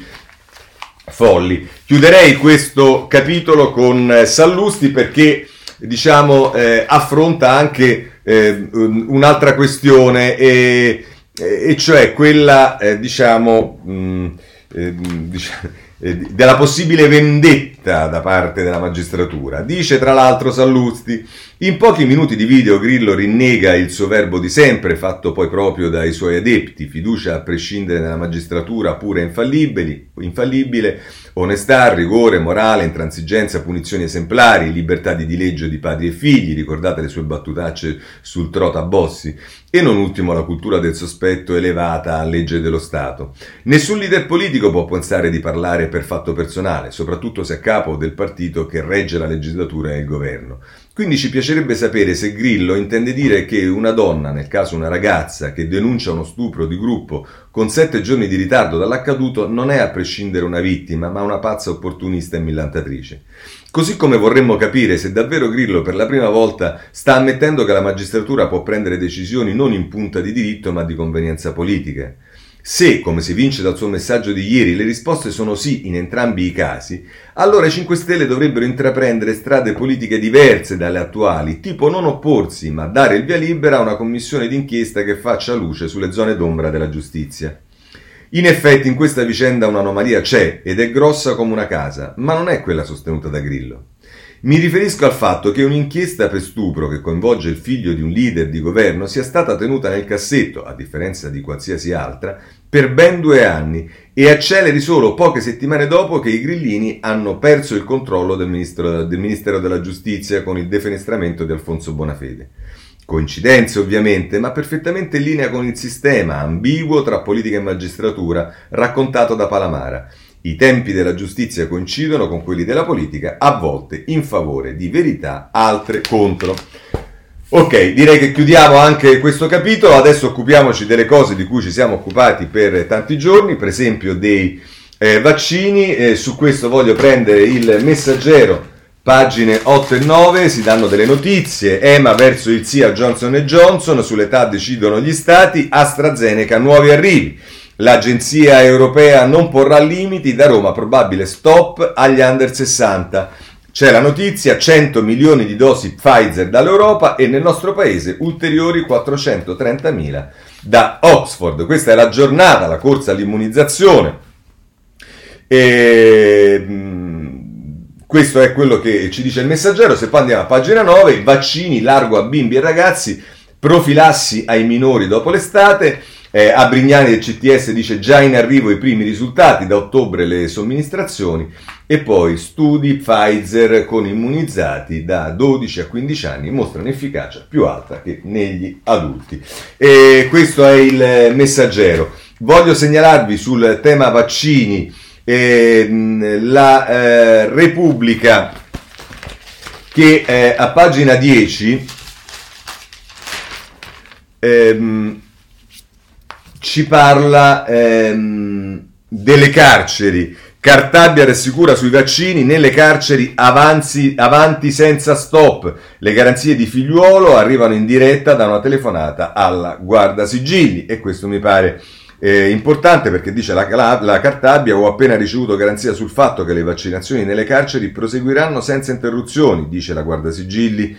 S1: Folli. Chiuderei questo capitolo con Sallusti perché, diciamo, eh, affronta anche eh, un'altra questione e... e cioè quella, eh, diciamo, mh, eh, diciamo eh, della possibile vendetta da parte della magistratura. Dice tra l'altro Sallusti: in pochi minuti di video Grillo rinnega il suo verbo di sempre, fatto poi proprio dai suoi adepti: fiducia a prescindere dalla magistratura pura e infallibili, infallibile, onestà, rigore, morale, intransigenza, punizioni esemplari, libertà di dileggio di padri e figli, ricordate le sue battutacce sul Trota Bossi, e non ultimo la cultura del sospetto elevata a legge dello Stato. Nessun leader politico può pensare di parlare per fatto personale, soprattutto se a capo del partito che regge la legislatura e il governo. Quindi ci piacerebbe sapere se Grillo intende dire che una donna, nel caso una ragazza, che denuncia uno stupro di gruppo con sette giorni di ritardo dall'accaduto non è a prescindere una vittima, ma una pazza opportunista e millantatrice. Così come vorremmo capire se davvero Grillo per la prima volta sta ammettendo che la magistratura può prendere decisioni non in punta di diritto ma di convenienza politica. Se, come si evince dal suo messaggio di ieri, le risposte sono sì in entrambi i casi, allora i cinque Stelle dovrebbero intraprendere strade politiche diverse dalle attuali, tipo non opporsi, ma dare il via libera a una commissione d'inchiesta che faccia luce sulle zone d'ombra della giustizia. In effetti in questa vicenda un'anomalia c'è ed è grossa come una casa, ma non è quella sostenuta da Grillo. Mi riferisco al fatto che un'inchiesta per stupro che coinvolge il figlio di un leader di governo sia stata tenuta nel cassetto, a differenza di qualsiasi altra, per ben due anni e acceleri solo poche settimane dopo che i grillini hanno perso il controllo del, ministro, del Ministero della Giustizia con il defenestramento di Alfonso Bonafede. Coincidenze ovviamente, ma perfettamente in linea con il sistema ambiguo tra politica e magistratura raccontato da Palamara. I tempi della giustizia coincidono con quelli della politica, a volte in favore di verità, altre contro. Ok, direi che chiudiamo anche questo capitolo, adesso occupiamoci delle cose di cui ci siamo occupati per tanti giorni, per esempio dei eh, vaccini, eh, su questo voglio prendere il Messaggero, pagine otto e nove, si danno delle notizie, E M A verso il sì a Johnson and Johnson, sull'età decidono gli stati, AstraZeneca nuovi arrivi. L'agenzia europea non porrà limiti, da Roma probabile stop agli under sessanta. C'è la notizia, cento milioni di dosi Pfizer dall'Europa e nel nostro paese ulteriori quattrocentotrentamila da Oxford. Questa è la giornata, la corsa all'immunizzazione. E, mh, questo è quello che ci dice il Messaggero. Se poi andiamo a pagina nove, vaccini largo a bimbi e ragazzi, profilassi ai minori dopo l'estate. Eh, a Brignani del C T S dice già in arrivo i primi risultati, da ottobre le somministrazioni, e poi studi Pfizer con immunizzati da dodici a quindici anni mostrano efficacia più alta che negli adulti. E questo è il Messaggero. Voglio segnalarvi sul tema vaccini eh, la eh, Repubblica che eh, a pagina dieci ehm, ci parla ehm, delle carceri. Cartabia rassicura sui vaccini, nelle carceri avanzi, avanti senza stop. Le garanzie di Figliuolo arrivano in diretta da una telefonata alla Guardasigilli e questo mi pare eh, importante perché dice la, la, la Cartabia: ho appena ricevuto garanzia sul fatto che le vaccinazioni nelle carceri proseguiranno senza interruzioni, dice la Guardasigilli.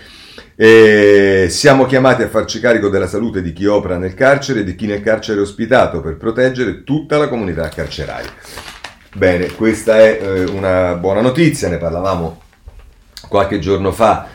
S1: E siamo chiamati a farci carico della salute di chi opera nel carcere e di chi nel carcere è ospitato per proteggere tutta la comunità carceraria. Bene, questa è eh, una buona notizia, ne parlavamo qualche giorno fa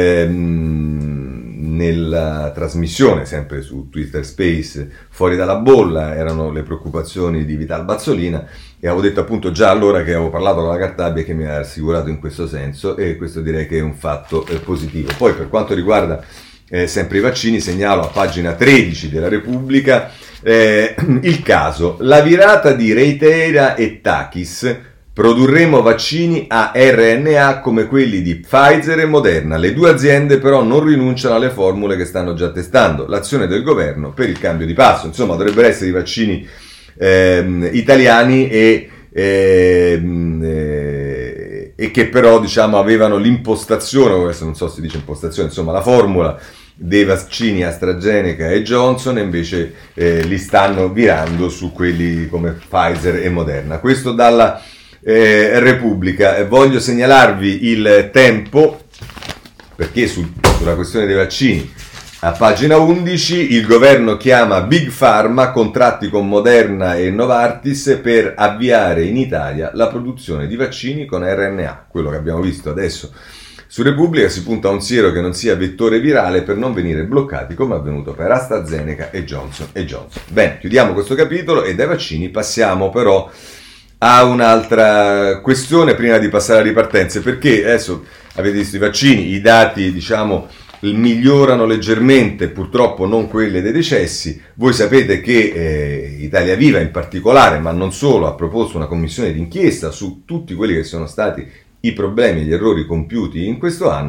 S1: ehm, nella trasmissione, sempre su Twitter Space, Fuori dalla bolla, erano le preoccupazioni di Vital Bazzolina e avevo detto appunto già allora che avevo parlato con la Cartabia che mi ha assicurato in questo senso e questo direi che è un fatto eh, positivo. Poi per quanto riguarda eh, sempre i vaccini segnalo a pagina tredici della Repubblica eh, il caso, la virata di Reitera e Takis, produrremo vaccini a R N A come quelli di Pfizer e Moderna. Le due aziende però non rinunciano alle formule che stanno già testando. L'azione del governo per il cambio di passo. Insomma, dovrebbero essere i vaccini ehm, italiani e, ehm, eh, e che però diciamo avevano l'impostazione, adesso non so se si dice impostazione, insomma la formula dei vaccini AstraZeneca e Johnson, e invece eh, li stanno virando su quelli come Pfizer e Moderna. Questo dalla Eh, Repubblica. Eh, voglio segnalarvi il Tempo perché su, sulla questione dei vaccini a pagina undici il governo chiama Big Pharma, contratti con Moderna e Novartis per avviare in Italia la produzione di vaccini con R N A. Quello che abbiamo visto adesso su Repubblica, si punta a un siero che non sia vettore virale per non venire bloccati come è avvenuto per AstraZeneca e Johnson e Johnson. Bene, chiudiamo questo capitolo e dai vaccini passiamo però a un'altra questione prima di passare alle ripartenze, perché adesso avete visto i vaccini, i dati diciamo migliorano leggermente, purtroppo non quelli dei decessi. Voi sapete che eh, Italia Viva in particolare, ma non solo, ha proposto una commissione d'inchiesta su tutti quelli che sono stati i problemi e gli errori compiuti in questo anno,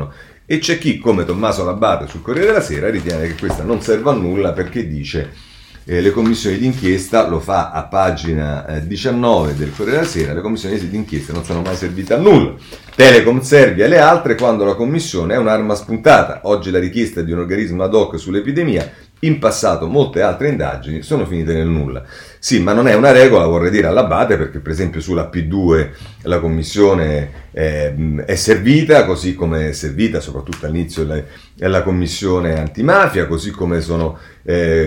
S1: e c'è chi, come Tommaso Labate sul Corriere della Sera, ritiene che questa non serva a nulla perché dice eh, le commissioni d'inchiesta, lo fa a pagina eh, diciannove del Corriere della Sera, le commissioni d'inchiesta non sono mai servite a nulla. Telecom, Serbia e le altre quando la commissione è un'arma spuntata. Oggi la richiesta di un organismo ad hoc sull'epidemia, in passato molte altre indagini sono finite nel nulla. Sì, ma non è una regola, vorrei dire, all'Abate, perché per esempio sulla P due la commissione eh, è servita, così come è servita soprattutto all'inizio la, la commissione antimafia, così come sono eh,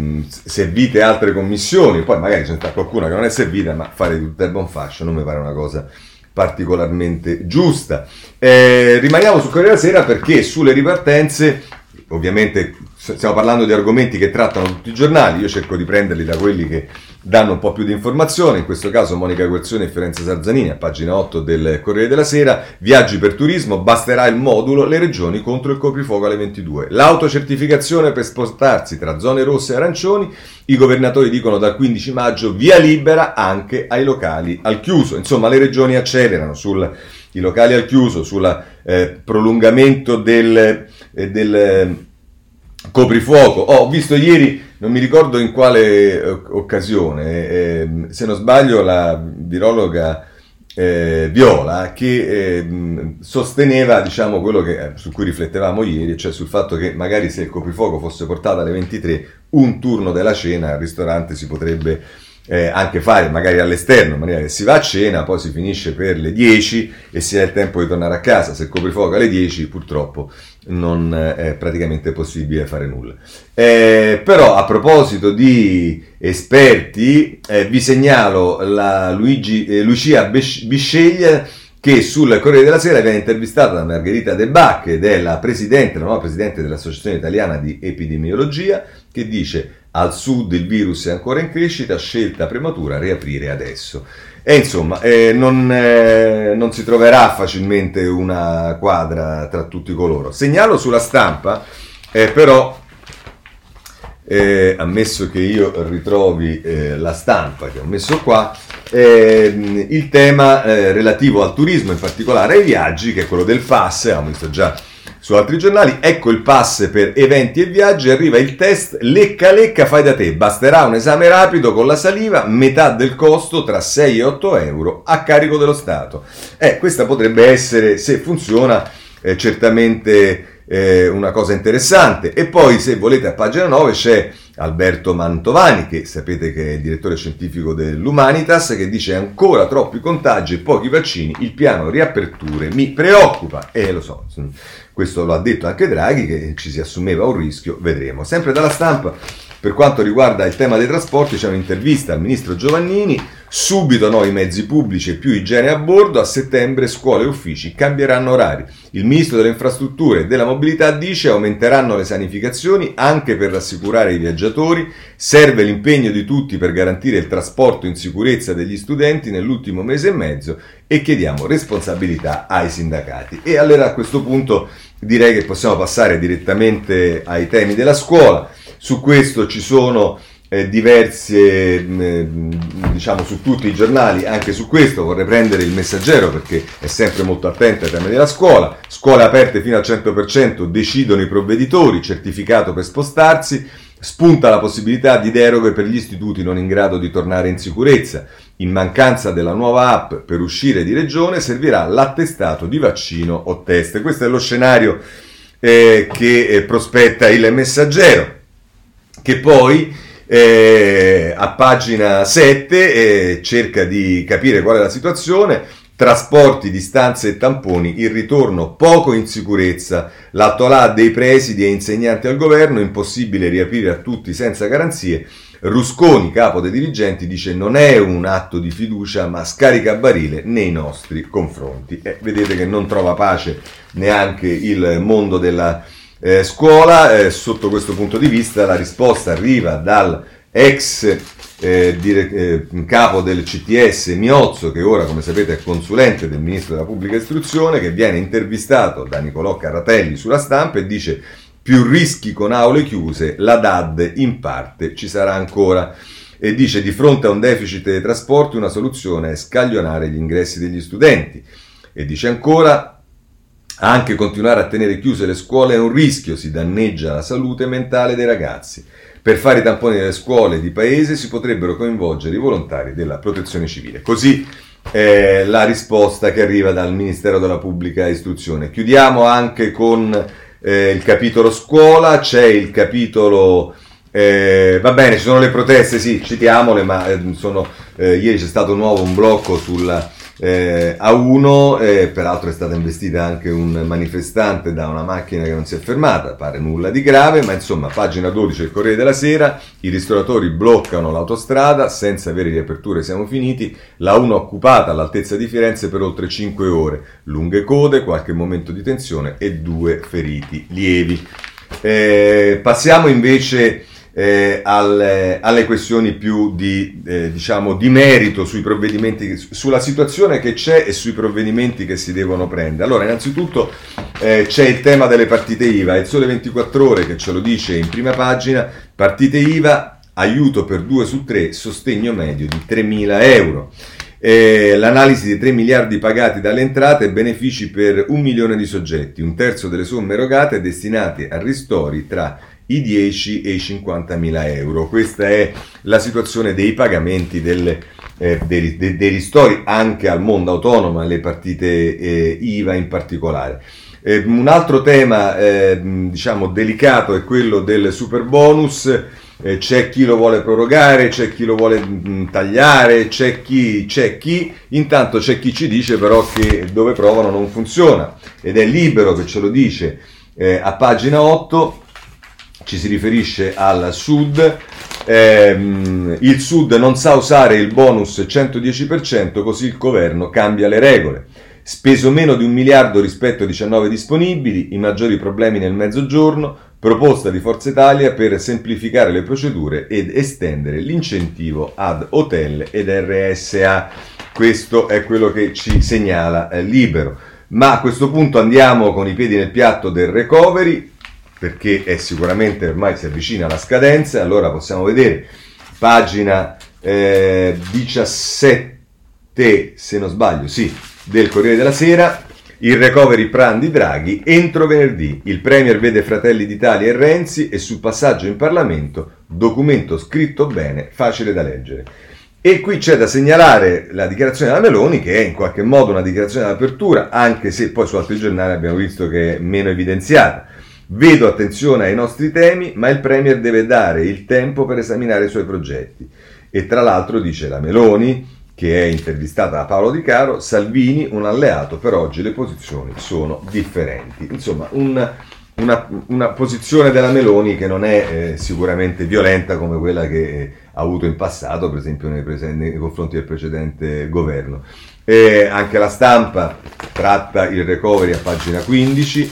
S1: servite altre commissioni. Poi magari c'è qualcuna che non è servita, ma fare di tutto il buon fascio non mi pare una cosa particolarmente giusta. Eh, rimaniamo sul Corriere della Sera perché sulle ripartenze, ovviamente stiamo parlando di argomenti che trattano tutti i giornali, io cerco di prenderli da quelli che danno un po' più di informazione, in questo caso Monica Guerzoni e Fiorenza Sarzanini a pagina otto del Corriere della Sera. Viaggi per turismo, basterà il modulo, le regioni contro il coprifuoco alle ventidue. L'autocertificazione per spostarsi tra zone rosse e arancioni, i governatori dicono dal quindici maggio via libera anche ai locali al chiuso. Insomma, le regioni accelerano sul i locali al chiuso, sul eh, prolungamento del, eh, del coprifuoco. Oh, ho visto ieri, non mi ricordo in quale eh, occasione, eh, se non sbaglio la virologa eh, Viola, che eh, sosteneva, diciamo, quello che, eh, su cui riflettevamo ieri, cioè sul fatto che magari se il coprifuoco fosse portato alle ventitré, un turno della cena al ristorante si potrebbe Eh, anche fare magari all'esterno, in maniera che si va a cena, poi si finisce per le dieci e si ha il tempo di tornare a casa. Se il coprifuoco alle dieci purtroppo non è praticamente possibile fare nulla. Eh, però a proposito di esperti, eh, vi segnalo la Luigi, eh, Lucia Bisceglia, che sul Corriere della Sera viene intervistata da Margherita De Bach, ed è la presidente, la nuova presidente dell'Associazione Italiana di Epidemiologia, che dice: al sud il virus è ancora in crescita, scelta prematura, riaprire adesso. E insomma, eh, non, eh, non si troverà facilmente una quadra tra tutti coloro. Segnalo sulla Stampa, eh, però, eh, ammesso che io ritrovi eh, la Stampa che ho messo qua, eh, il tema eh, relativo al turismo, in particolare ai viaggi, che è quello del pass, abbiamo visto già su altri giornali. Ecco il pass per eventi e viaggi, arriva il test lecca lecca fai da te, basterà un esame rapido con la saliva, metà del costo, tra sei e otto euro, a carico dello Stato. Eh, questa potrebbe essere, se funziona, eh, certamente eh, una cosa interessante. E poi, se volete, a pagina nove c'è Alberto Mantovani, che sapete che è il direttore scientifico dell'Humanitas, che dice: ancora troppi contagi e pochi vaccini, il piano riaperture mi preoccupa. E eh, lo so, questo lo ha detto anche Draghi, che ci si assumeva un rischio, vedremo. Sempre dalla Stampa, per quanto riguarda il tema dei trasporti, c'è un'intervista al ministro Giovannini: subito no i mezzi pubblici e più igiene a bordo, a settembre scuole e uffici cambieranno orari. Il ministro delle infrastrutture e della mobilità dice: aumenteranno le sanificazioni anche per rassicurare i viaggiatori, serve l'impegno di tutti per garantire il trasporto in sicurezza degli studenti nell'ultimo mese e mezzo, e chiediamo responsabilità ai sindacati. E allora a questo punto direi che possiamo passare direttamente ai temi della scuola. Su questo ci sono eh, diverse, eh, diciamo, su tutti i giornali. Anche su questo vorrei prendere il Messaggero, perché è sempre molto attento ai temi della scuola. Scuole aperte fino al cento per cento, decidono i provveditori, certificato per spostarsi, spunta la possibilità di deroghe per gli istituti non in grado di tornare in sicurezza. In mancanza della nuova app per uscire di regione servirà l'attestato di vaccino o test. Questo è lo scenario eh, che eh, prospetta il Messaggero, che poi eh, a pagina sette eh, cerca di capire qual è la situazione. Trasporti, distanze e tamponi, il ritorno poco in sicurezza, l'attola dei presidi e insegnanti al governo, impossibile riaprire a tutti senza garanzie. Rusconi, capo dei dirigenti, dice: non è un atto di fiducia ma scaricabarile nei nostri confronti. Eh, vedete che non trova pace neanche il mondo della eh, scuola. Eh, sotto questo punto di vista la risposta arriva dal ex eh, dire, eh, capo del C T S Miozzo, che ora, come sapete, è consulente del ministro della pubblica istruzione, che viene intervistato da Nicolò Carratelli sulla Stampa e dice: più rischi con aule chiuse, la D A D in parte ci sarà ancora. E dice: di fronte a un deficit dei trasporti una soluzione è scaglionare gli ingressi degli studenti. E dice ancora: Anche continuare a tenere chiuse le scuole è un rischio, si danneggia la salute mentale dei ragazzi. Per fare i tamponi nelle scuole di paese si potrebbero coinvolgere i volontari della protezione civile. Così è la risposta che arriva dal Ministero della Pubblica Istruzione. Chiudiamo anche con eh, il capitolo scuola, c'è il capitolo... Eh, va bene, ci sono le proteste, sì, citiamole, ma eh, sono, eh, ieri c'è stato nuovo un blocco sulla eh, A uno, eh, peraltro è stata investita anche un manifestante da una macchina che non si è fermata, pare nulla di grave, ma insomma, pagina dodici del Corriere della Sera, i ristoratori bloccano l'autostrada, senza avere riaperture siamo finiti, la uno occupata all'altezza di Firenze per oltre cinque ore, lunghe code, qualche momento di tensione e due feriti lievi. Eh, passiamo invece Eh, alle, alle questioni più di, eh, diciamo, di merito sui provvedimenti, sulla situazione che c'è e sui provvedimenti che si devono prendere. Allora, innanzitutto eh, c'è il tema delle partite I V A, il Sole ventiquattro Ore che ce lo dice in prima pagina, partite I V A, aiuto per due su tre, sostegno medio di tremila euro. Eh, l'analisi dei tre miliardi pagati dalle entrate e benefici per un milione di soggetti, un terzo delle somme erogate è destinate a ristori tra i dieci e i cinquantamila euro. Questa è la situazione dei pagamenti delle, eh, dei, dei, dei ristori anche al mondo autonomo, alle partite eh, I V A in particolare. Eh, un altro tema eh, diciamo delicato è quello del super bonus. Eh, c'è chi lo vuole prorogare, c'è chi lo vuole mh, tagliare, c'è chi, c'è chi, intanto c'è chi ci dice però che dove provano non funziona, ed è Libero che ce lo dice eh, a pagina otto. Ci si riferisce al Sud, ehm, il Sud non sa usare il bonus centodieci per cento, così il governo cambia le regole. Speso meno di un miliardo rispetto ai diciannove disponibili, i maggiori problemi nel mezzogiorno, proposta di Forza Italia per semplificare le procedure ed estendere l'incentivo ad hotel ed R S A. Questo è quello che ci segnala eh, Libero. Ma a questo punto andiamo con i piedi nel piatto del recovery, perché è sicuramente ormai si avvicina alla scadenza. Allora possiamo vedere pagina eh, diciassette, se non sbaglio, sì, del Corriere della Sera, il recovery plan di Draghi entro venerdì, il Premier vede Fratelli d'Italia e Renzi e sul passaggio in Parlamento, documento scritto bene, facile da leggere. E qui c'è da segnalare la dichiarazione della Meloni, che è in qualche modo una dichiarazione d'apertura, anche se poi su altri giornali abbiamo visto che è meno evidenziata. Vedo attenzione ai nostri temi, ma il Premier deve dare il tempo per esaminare i suoi progetti. E tra l'altro dice la Meloni, che è intervistata da Paolo Di Caro, Salvini un alleato, per oggi le posizioni sono differenti. Insomma, un, una, una posizione della Meloni che non è eh, sicuramente violenta come quella che eh, ha avuto in passato, per esempio nei, prese- nei confronti del precedente governo. E anche La Stampa tratta il recovery a pagina quindici.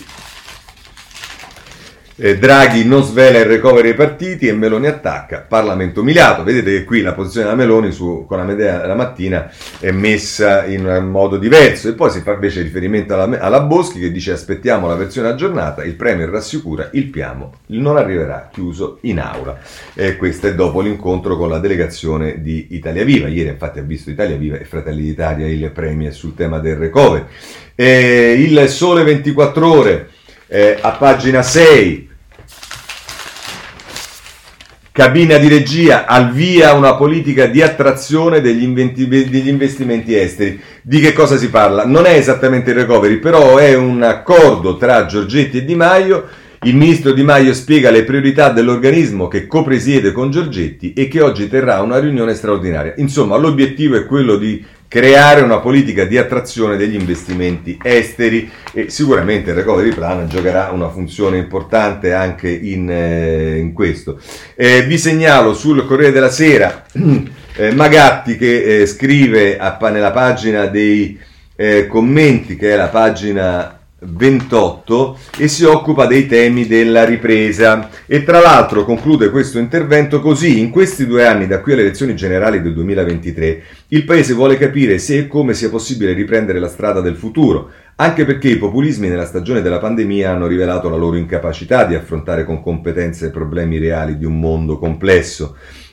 S1: Eh, Draghi non svela il recovery ai partiti e Meloni attacca, Parlamento umiliato. Vedete che qui la posizione della Meloni su, con la Medea della mattina è messa in un modo diverso, e poi si fa invece riferimento alla, alla Boschi che dice aspettiamo la versione aggiornata, il Premier rassicura il piano non arriverà chiuso in aula. E questo è dopo l'incontro con la delegazione di Italia Viva. Ieri infatti ha visto Italia Viva e Fratelli d'Italia il Premier sul tema del recovery. Eh, il Sole ventiquattro Ore eh, a pagina sei, cabina di regia, al via una politica di attrazione degli, inventi, degli investimenti esteri. Di che cosa si parla? Non è esattamente il recovery, però è un accordo tra Giorgetti e Di Maio. Il ministro Di Maio spiega le priorità dell'organismo che copresiede con Giorgetti e che oggi terrà una riunione straordinaria. Insomma, l'obiettivo è quello di creare una politica di attrazione degli investimenti esteri, e sicuramente il recovery plan giocherà una funzione importante anche in, eh, in questo. Eh, vi segnalo sul Corriere della Sera eh, Magatti che eh, scrive a, nella pagina dei eh, commenti, che è la pagina ventotto, e si occupa dei temi della ripresa, e tra l'altro conclude questo intervento così: in questi due anni da qui alle elezioni generali del duemilaventitré il Paese vuole capire se e come sia possibile riprendere la strada del futuro, anche perché i populismi nella stagione della pandemia hanno rivelato la loro incapacità di affrontare con competenza i problemi reali di un mondo complesso.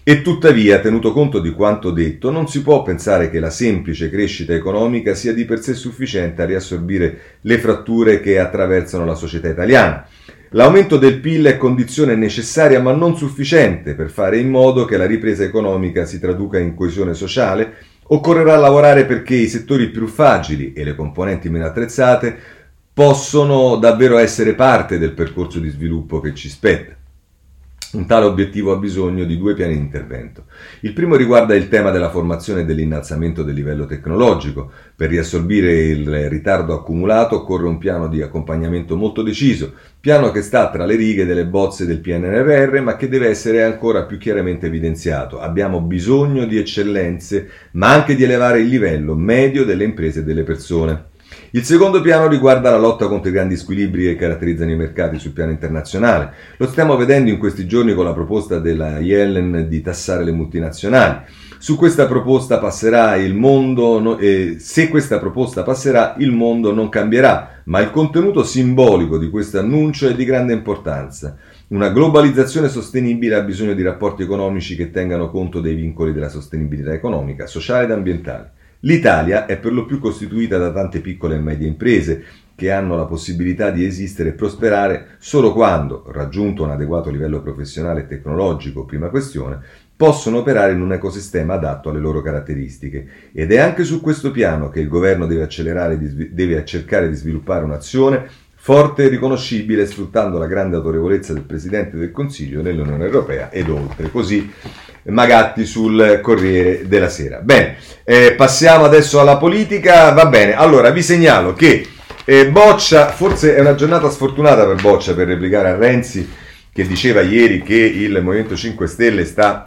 S1: E tuttavia, tenuto conto di quanto detto, non si può pensare che la semplice crescita economica sia di per sé sufficiente a riassorbire le fratture che attraversano la società italiana. L'aumento del P I L è condizione necessaria ma non sufficiente per fare in modo che la ripresa economica si traduca in coesione sociale. Occorrerà lavorare perché i settori più fragili e le componenti meno attrezzate possono davvero essere parte del percorso di sviluppo che ci spetta. Un tale obiettivo ha bisogno di due piani di intervento. Il primo riguarda il tema della formazione e dell'innalzamento del livello tecnologico. Per riassorbire il ritardo accumulato occorre un piano di accompagnamento molto deciso, piano che sta tra le righe delle bozze del P N R R ma che deve essere ancora più chiaramente evidenziato. Abbiamo bisogno di eccellenze ma anche di elevare il livello medio delle imprese e delle persone. Il secondo piano riguarda la lotta contro i grandi squilibri che caratterizzano i mercati sul piano internazionale. Lo stiamo vedendo in questi giorni con la proposta della Yellen di tassare le multinazionali. Su questa proposta passerà il mondo, no, eh, se questa proposta passerà, il mondo non cambierà, ma il contenuto simbolico di questo annuncio è di grande importanza. Una globalizzazione sostenibile ha bisogno di rapporti economici che tengano conto dei vincoli della sostenibilità economica, sociale ed ambientale. L'Italia è per lo più costituita da tante piccole e medie imprese che hanno la possibilità di esistere e prosperare solo quando, raggiunto un adeguato livello professionale e tecnologico, prima questione, possono operare in un ecosistema adatto alle loro caratteristiche. Ed è anche su questo piano che il governo deve accelerare, deve cercare di sviluppare un'azione forte e riconoscibile, sfruttando la grande autorevolezza del Presidente del Consiglio nell'Unione Europea ed oltre. Così Magatti sul Corriere della Sera. Bene, eh, passiamo adesso alla politica. Va bene, allora vi segnalo che eh, Boccia, forse è una giornata sfortunata per Boccia per replicare a Renzi, che diceva ieri che il Movimento cinque Stelle sta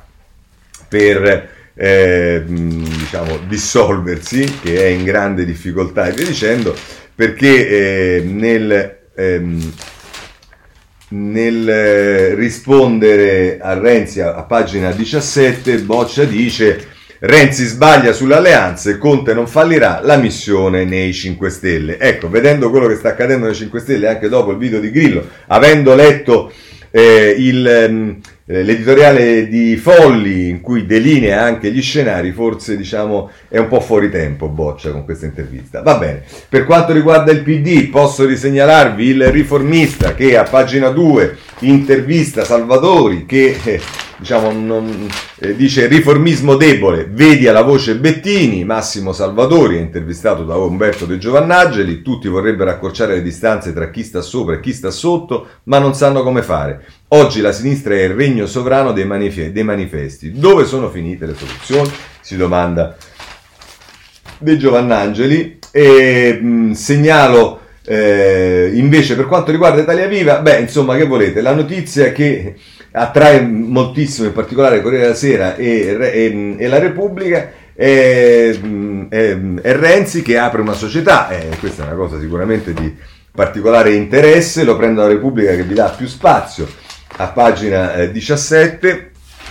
S1: per eh, diciamo dissolversi, che è in grande difficoltà e via dicendo, perché eh, nel... Ehm, Nel rispondere a Renzi a, a pagina diciassette, Boccia dice: Renzi sbaglia sulle alleanze, Conte non fallirà, la missione nei cinque Stelle. Ecco, vedendo quello che sta accadendo nei cinque Stelle anche dopo il video di Grillo, avendo letto eh, il, eh, l'editoriale di Folli in cui delinea anche gli scenari, forse diciamo è un po' fuori tempo Boccia con questa intervista. Va bene, per quanto riguarda il P D posso risegnalarvi il Riformista che a pagina due intervista Salvatori che eh, diciamo non, eh, dice riformismo debole, vedi alla voce Bettini. Massimo Salvatori è intervistato da Umberto De Giovannageli. Tutti vorrebbero accorciare le distanze tra chi sta sopra e chi sta sotto, ma non sanno come fare. Oggi la sinistra è il regno sovrano dei, manif- dei manifesti. Dove sono finite le soluzioni? Si domanda De Giovannageli. E mh, segnalo eh, invece per quanto riguarda Italia Viva, beh insomma che volete, la notizia che attrae moltissimo in particolare Corriere della Sera e, e, e la Repubblica è, è, è Renzi che apre una società, eh, questa è una cosa sicuramente di particolare interesse. Lo prendo la Repubblica che vi dà più spazio a pagina eh, diciassette.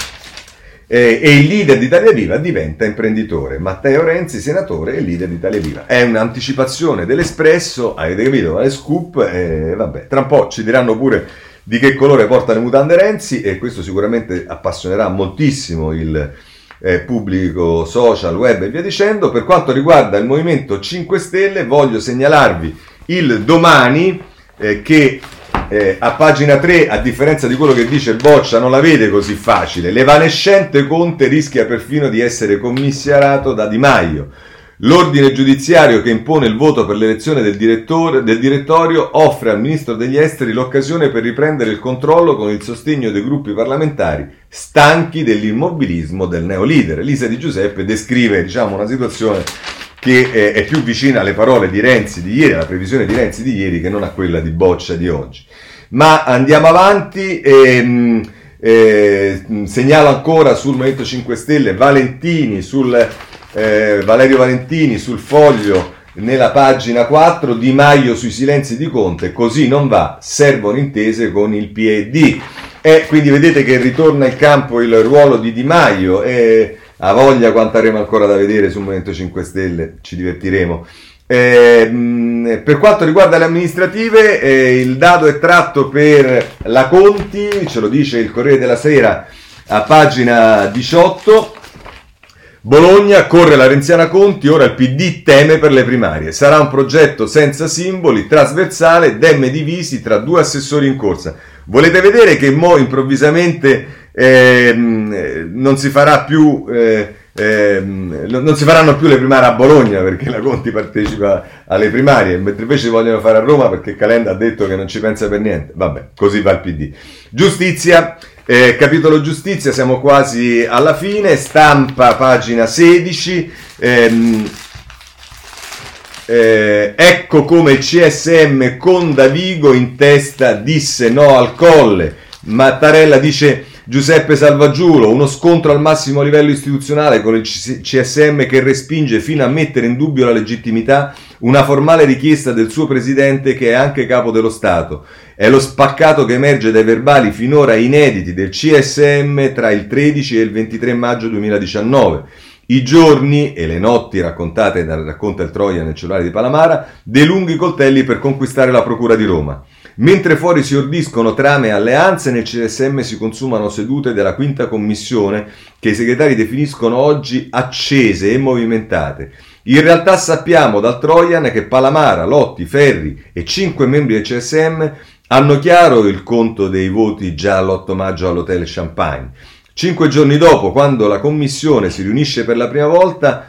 S1: Eh, e il leader di Italia Viva diventa imprenditore. Matteo Renzi, senatore e leader di Italia Viva. È un'anticipazione dell'Espresso, avete capito? Vale scoop, eh, vabbè, tra un po' ci diranno pure di che colore porta le mutande Renzi e questo sicuramente appassionerà moltissimo il eh, pubblico social, web e via dicendo. Per quanto riguarda il Movimento cinque Stelle voglio segnalarvi il Domani eh, che Eh, a pagina tre, a differenza di quello che dice Boccia, non la vede così facile. L'evanescente Conte rischia perfino di essere commissariato da Di Maio. L'ordine giudiziario che impone il voto per l'elezione del, direttore, del direttorio offre al ministro degli esteri l'occasione per riprendere il controllo con il sostegno dei gruppi parlamentari stanchi dell'immobilismo del neoleader. Lisa Di Giuseppe descrive diciamo una situazione che eh, è più vicina alle parole di Renzi di ieri, alla previsione di Renzi di ieri, che non a quella di Boccia di oggi. Ma andiamo avanti, e, eh, segnalo ancora sul Movimento cinque Stelle Valentini, sul, eh, Valerio Valentini sul Foglio, nella pagina quattro, Di Maio sui silenzi di Conte, così non va, servono intese con il P E D. E quindi vedete che ritorna in campo il ruolo di Di Maio, e ha voglia quanto avremo ancora da vedere sul Movimento cinque Stelle, ci divertiremo. Eh, mh, per quanto riguarda le amministrative, eh, il dato è tratto per la Conti, ce lo dice il Corriere della Sera, a pagina diciotto. Bologna, corre la renziana Conti, ora il P D teme per le primarie. Sarà un progetto senza simboli, trasversale, Dem divisi tra due assessori in corsa. Volete vedere che mo improvvisamente eh, non si farà più... Eh, Eh, non si faranno più le primarie a Bologna perché la Conti partecipa alle primarie, mentre invece vogliono fare a Roma perché Calenda ha detto che non ci pensa per niente. Vabbè, così va il P D. Giustizia, eh, capitolo giustizia, siamo quasi alla fine. Stampa, pagina sedici. ehm, eh, ecco come il C S M con Davigo in testa disse no al Colle. Mattarella dice Giuseppe Salvaggiulo, uno scontro al massimo livello istituzionale con il C S M che respinge fino a mettere in dubbio la legittimità una formale richiesta del suo presidente che è anche capo dello Stato. È lo spaccato che emerge dai verbali finora inediti del C S M tra il tredici e il ventitré maggio duemiladiciannove. I giorni e le notti raccontate dal racconta il Troia nel cellulare di Palamara, dei lunghi coltelli per conquistare la procura di Roma. Mentre fuori si ordiscono trame e alleanze, nel C S M si consumano sedute della quinta commissione che i segretari definiscono oggi accese e movimentate. In realtà sappiamo dal Trojan che Palamara, Lotti, Ferri e cinque membri del C S M hanno chiaro il conto dei voti già all'otto maggio all'Hotel Champagne. Cinque giorni dopo, quando la commissione si riunisce per la prima volta,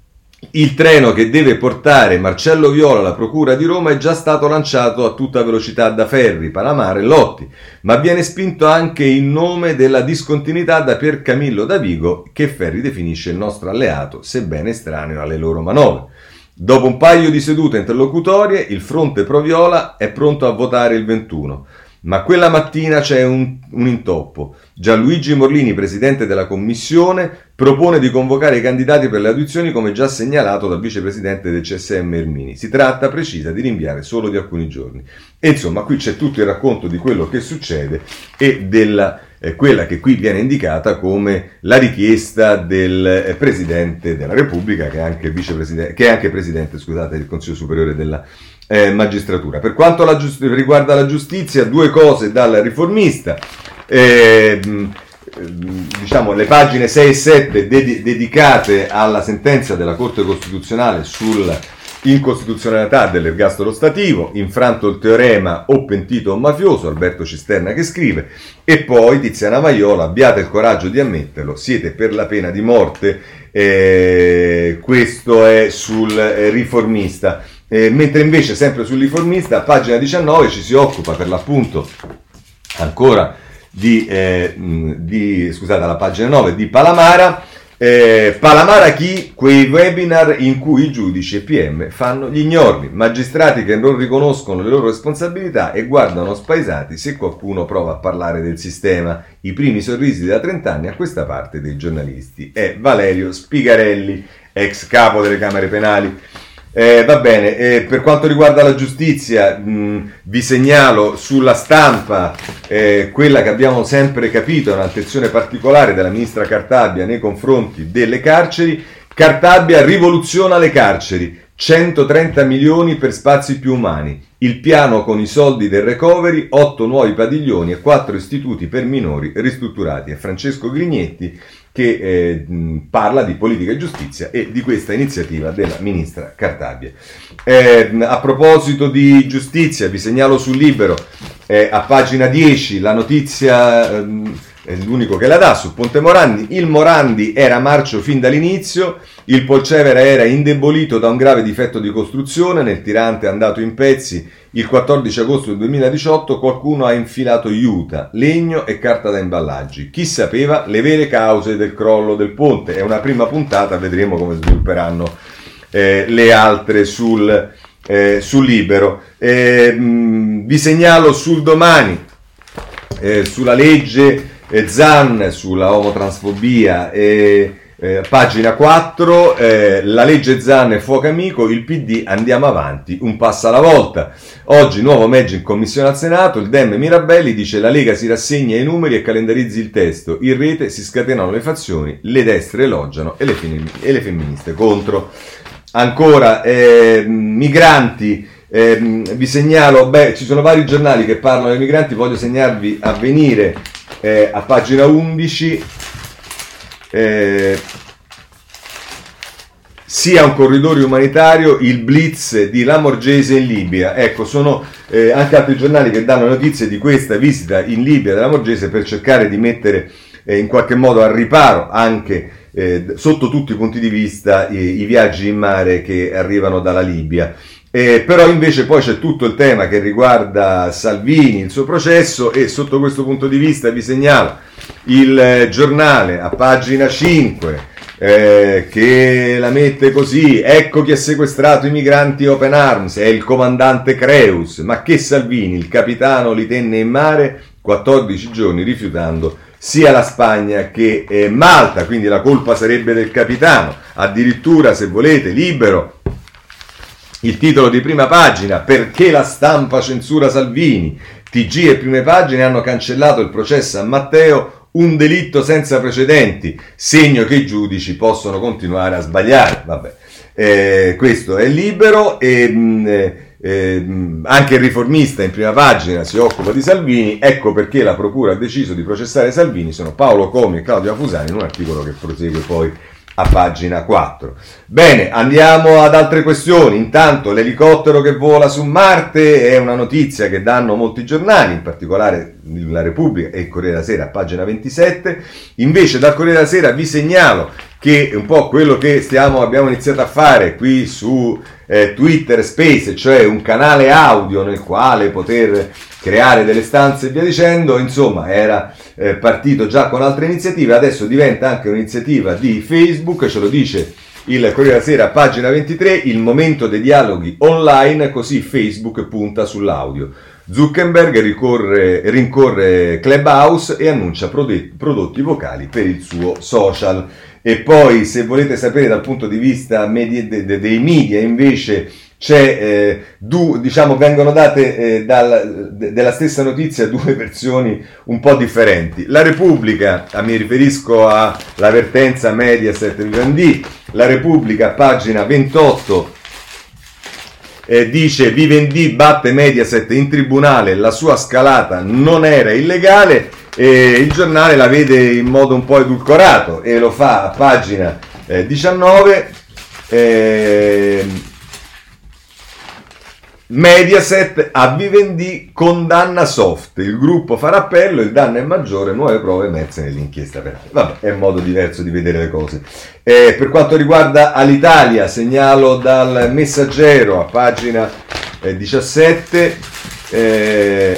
S1: il treno che deve portare Marcello Viola alla procura di Roma è già stato lanciato a tutta velocità da Ferri, Palamara e Lotti, ma viene spinto anche in nome della discontinuità da Piercamillo Davigo, che Ferri definisce il nostro alleato, sebbene estraneo alle loro manovre. Dopo un paio di sedute interlocutorie, il fronte pro Viola è pronto a votare il ventuno. Ma quella mattina c'è un, un intoppo. Gianluigi Morlini, presidente della commissione, propone di convocare i candidati per le audizioni come già segnalato dal vicepresidente del C S M Ermini. Si tratta, precisa, di rinviare solo di alcuni giorni. E insomma, qui c'è tutto il racconto di quello che succede e della eh, quella che qui viene indicata come la richiesta del eh, Presidente della Repubblica, che è anche vicepresidente, che è anche Presidente, scusate, del Consiglio Superiore della Eh, magistratura. Per quanto la giust- riguarda la giustizia, due cose dal Riformista. Eh, diciamo le pagine sei e sette ded- dedicate alla sentenza della Corte Costituzionale sull'incostituzionalità dell'ergastolo stativo, infranto il teorema o pentito o mafioso, Alberto Cisterna che scrive, e poi Tiziana Maiola, abbiate il coraggio di ammetterlo, siete per la pena di morte. Eh, questo è sul eh, Riformista. Eh, mentre invece sempre sul Riformista, a pagina diciannove, ci si occupa per l'appunto ancora di, eh, di scusate, alla pagina nove di Palamara. Eh, Palamara chi? Quei webinar in cui i giudici e P M fanno gli ignorni, magistrati che non riconoscono le loro responsabilità e guardano spaesati se qualcuno prova a parlare del sistema. I primi sorrisi da trent'anni a questa parte dei giornalisti. È Valerio Spigarelli, ex capo delle Camere Penali. Eh, va bene, eh, per quanto riguarda la giustizia, mh, vi segnalo sulla Stampa eh, quella che abbiamo sempre capito, è un'attenzione particolare della ministra Cartabia nei confronti delle carceri. Cartabia rivoluziona le carceri, centotrenta milioni per spazi più umani, il piano con i soldi del recovery, otto nuovi padiglioni e quattro istituti per minori ristrutturati. È Francesco Grignetti che eh, parla di politica e giustizia e di questa iniziativa della ministra Cartabia. Eh, a proposito di giustizia, vi segnalo sul Libero, eh, a pagina dieci, la notizia, ehm, è l'unico che la dà, su Ponte Morandi. Il Morandi era marcio fin dall'inizio, il Polcevera era indebolito da un grave difetto di costruzione, nel tirante andato in pezzi il quattordici agosto del duemiladiciotto qualcuno ha infilato juta, legno e carta da imballaggi. Chi sapeva le vere cause del crollo del ponte? È una prima puntata, vedremo come svilupperanno eh, le altre sul, eh, sul Libero. Eh, mh, vi segnalo sul Domani, eh, sulla legge eh, Zan, sulla omotransfobia, eh, Eh, pagina quattro, eh, la legge Zan e fuoco amico, il P D andiamo avanti, un passo alla volta. Oggi nuovo match in commissione al Senato, il Dem Mirabelli dice la Lega si rassegna ai numeri e calendarizzi il testo, in rete si scatenano le fazioni, le destre elogiano e le, fin- e le femministe contro. Ancora, eh, migranti, eh, vi segnalo, beh, ci sono vari giornali che parlano dei migranti, voglio segnarvi Avvenire eh, a pagina undici, eh, sia un corridoio umanitario, il blitz di Lamorgese in Libia. Ecco, sono eh, anche altri giornali che danno notizie di questa visita in Libia della Lamorgese per cercare di mettere eh, in qualche modo al riparo anche eh, sotto tutti i punti di vista i, i viaggi in mare che arrivano dalla Libia. Eh, però invece poi c'è tutto il tema che riguarda Salvini, il suo processo, e sotto questo punto di vista vi segnalo il eh, giornale a pagina cinque eh, che la mette così: ecco chi ha sequestrato i migranti Open Arms, è il comandante Creus, ma che Salvini, il capitano, li tenne in mare quattordici giorni rifiutando sia la Spagna che eh, Malta, quindi la colpa sarebbe del capitano. Addirittura, se volete, Libero, il titolo di prima pagina: perché la stampa censura Salvini, T G e prime pagine hanno cancellato il processo a Matteo, un delitto senza precedenti, segno che i giudici possono continuare a sbagliare. Vabbè, eh, questo è Libero. E mh, eh, anche il Riformista in prima pagina si occupa di Salvini, ecco perché la procura ha deciso di processare Salvini, sono Paolo Comi e Claudio Afusani, in un articolo che prosegue poi a pagina quattro. Bene, andiamo ad altre questioni. Intanto l'elicottero che vola su Marte è una notizia che danno molti giornali, in particolare la Repubblica e il Corriere della Sera a pagina ventisette. Invece dal Corriere della Sera vi segnalo che un po' quello che stiamo, abbiamo iniziato a fare qui su eh, Twitter Space, cioè un canale audio nel quale poter creare delle stanze e via dicendo, insomma era eh, partito già con altre iniziative, adesso diventa anche un'iniziativa di Facebook, ce lo dice il Corriere della Sera, pagina ventitré, il momento dei dialoghi online, così Facebook punta sull'audio. Zuckerberg ricorre, rincorre Clubhouse e annuncia prodotti, prodotti vocali per il suo social. E poi, se volete sapere dal punto di vista media, de, de, dei media, invece c'è, eh, du, diciamo, vengono date eh, dal, de, della stessa notizia due versioni un po' differenti. La Repubblica, ah, mi riferisco all'avvertenza Mediaset Vivendi, la Repubblica, pagina ventotto, eh, dice: Vivendi batte Mediaset in tribunale, la sua scalata non era illegale. E il giornale la vede in modo un po' edulcorato e lo fa a pagina eh, diciannove. Eh, Mediaset a Vivendi condanna soft, il gruppo farà appello, il danno è maggiore, nuove prove emerse nell'inchiesta penale. Vabbè, è un modo diverso di vedere le cose. Eh, per quanto riguarda Alitalia, segnalo dal Messaggero a pagina eh, diciassette. Eh,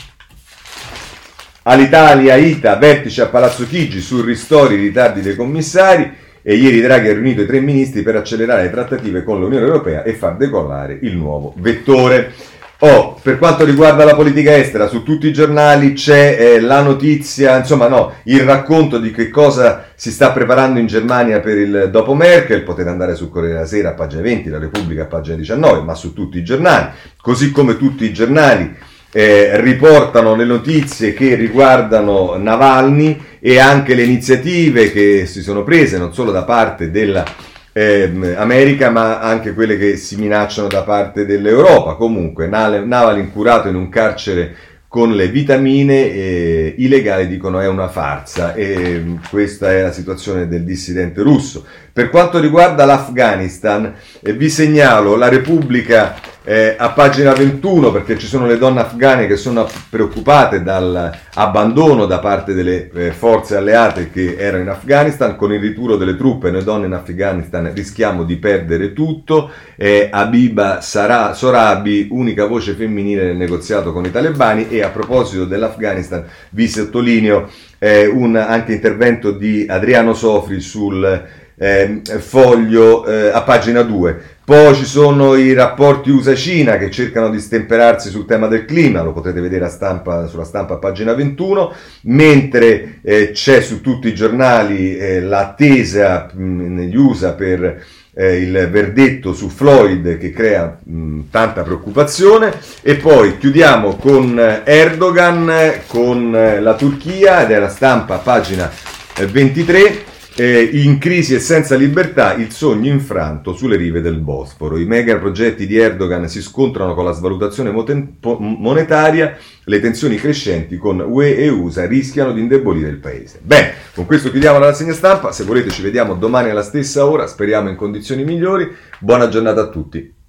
S1: Alitalia, I T A, vertice a Palazzo Chigi sul ristori, i ritardi dei commissari, e ieri Draghi ha riunito i tre ministri per accelerare le trattative con l'Unione Europea e far decollare il nuovo vettore. Oh, per quanto riguarda la politica estera, su tutti i giornali c'è eh, la notizia, insomma no, il racconto di che cosa si sta preparando in Germania per il dopo Merkel. Potete andare sul Corriere della Sera a pagina venti, la Repubblica a pagina diciannove, ma su tutti i giornali, così come tutti i giornali Eh, riportano le notizie che riguardano Navalny e anche le iniziative che si sono prese non solo da parte della eh, America, ma anche quelle che si minacciano da parte dell'Europa. Comunque Navalny curato in un carcere con le vitamine, eh, i legali dicono è una farsa, e questa è la situazione del dissidente russo. Per quanto riguarda l'Afghanistan, eh, vi segnalo la Repubblica eh, a pagina ventuno, perché ci sono le donne afghane che sono preoccupate dall'abbandono da parte delle eh, forze alleate che erano in Afghanistan. Con il ritiro delle truppe noi donne in Afghanistan rischiamo di perdere tutto. eh, Habiba Sara, Sorabi, unica voce femminile nel negoziato con i talebani. E a proposito dell'Afghanistan vi sottolineo eh, un anche intervento di Adriano Sofri sul eh, Foglio eh, a pagina due. Poi ci sono i rapporti U S A-Cina che cercano di stemperarsi sul tema del clima, lo potete vedere a stampa, sulla stampa a pagina ventuno, mentre eh, c'è su tutti i giornali eh, l'attesa mh, negli U S A per eh, il verdetto su Floyd, che crea mh, tanta preoccupazione. E poi chiudiamo con Erdogan, con eh, la Turchia, ed è la stampa a pagina eh, ventitré. Eh, in crisi e senza libertà, il sogno infranto sulle rive del Bosforo. I mega progetti di Erdogan si scontrano con la svalutazione moten- po- monetaria, le tensioni crescenti con U E e U S A rischiano di indebolire il paese. Bene, con questo chiudiamo la rassegna stampa, se volete ci vediamo domani alla stessa ora, speriamo in condizioni migliori. Buona giornata a tutti.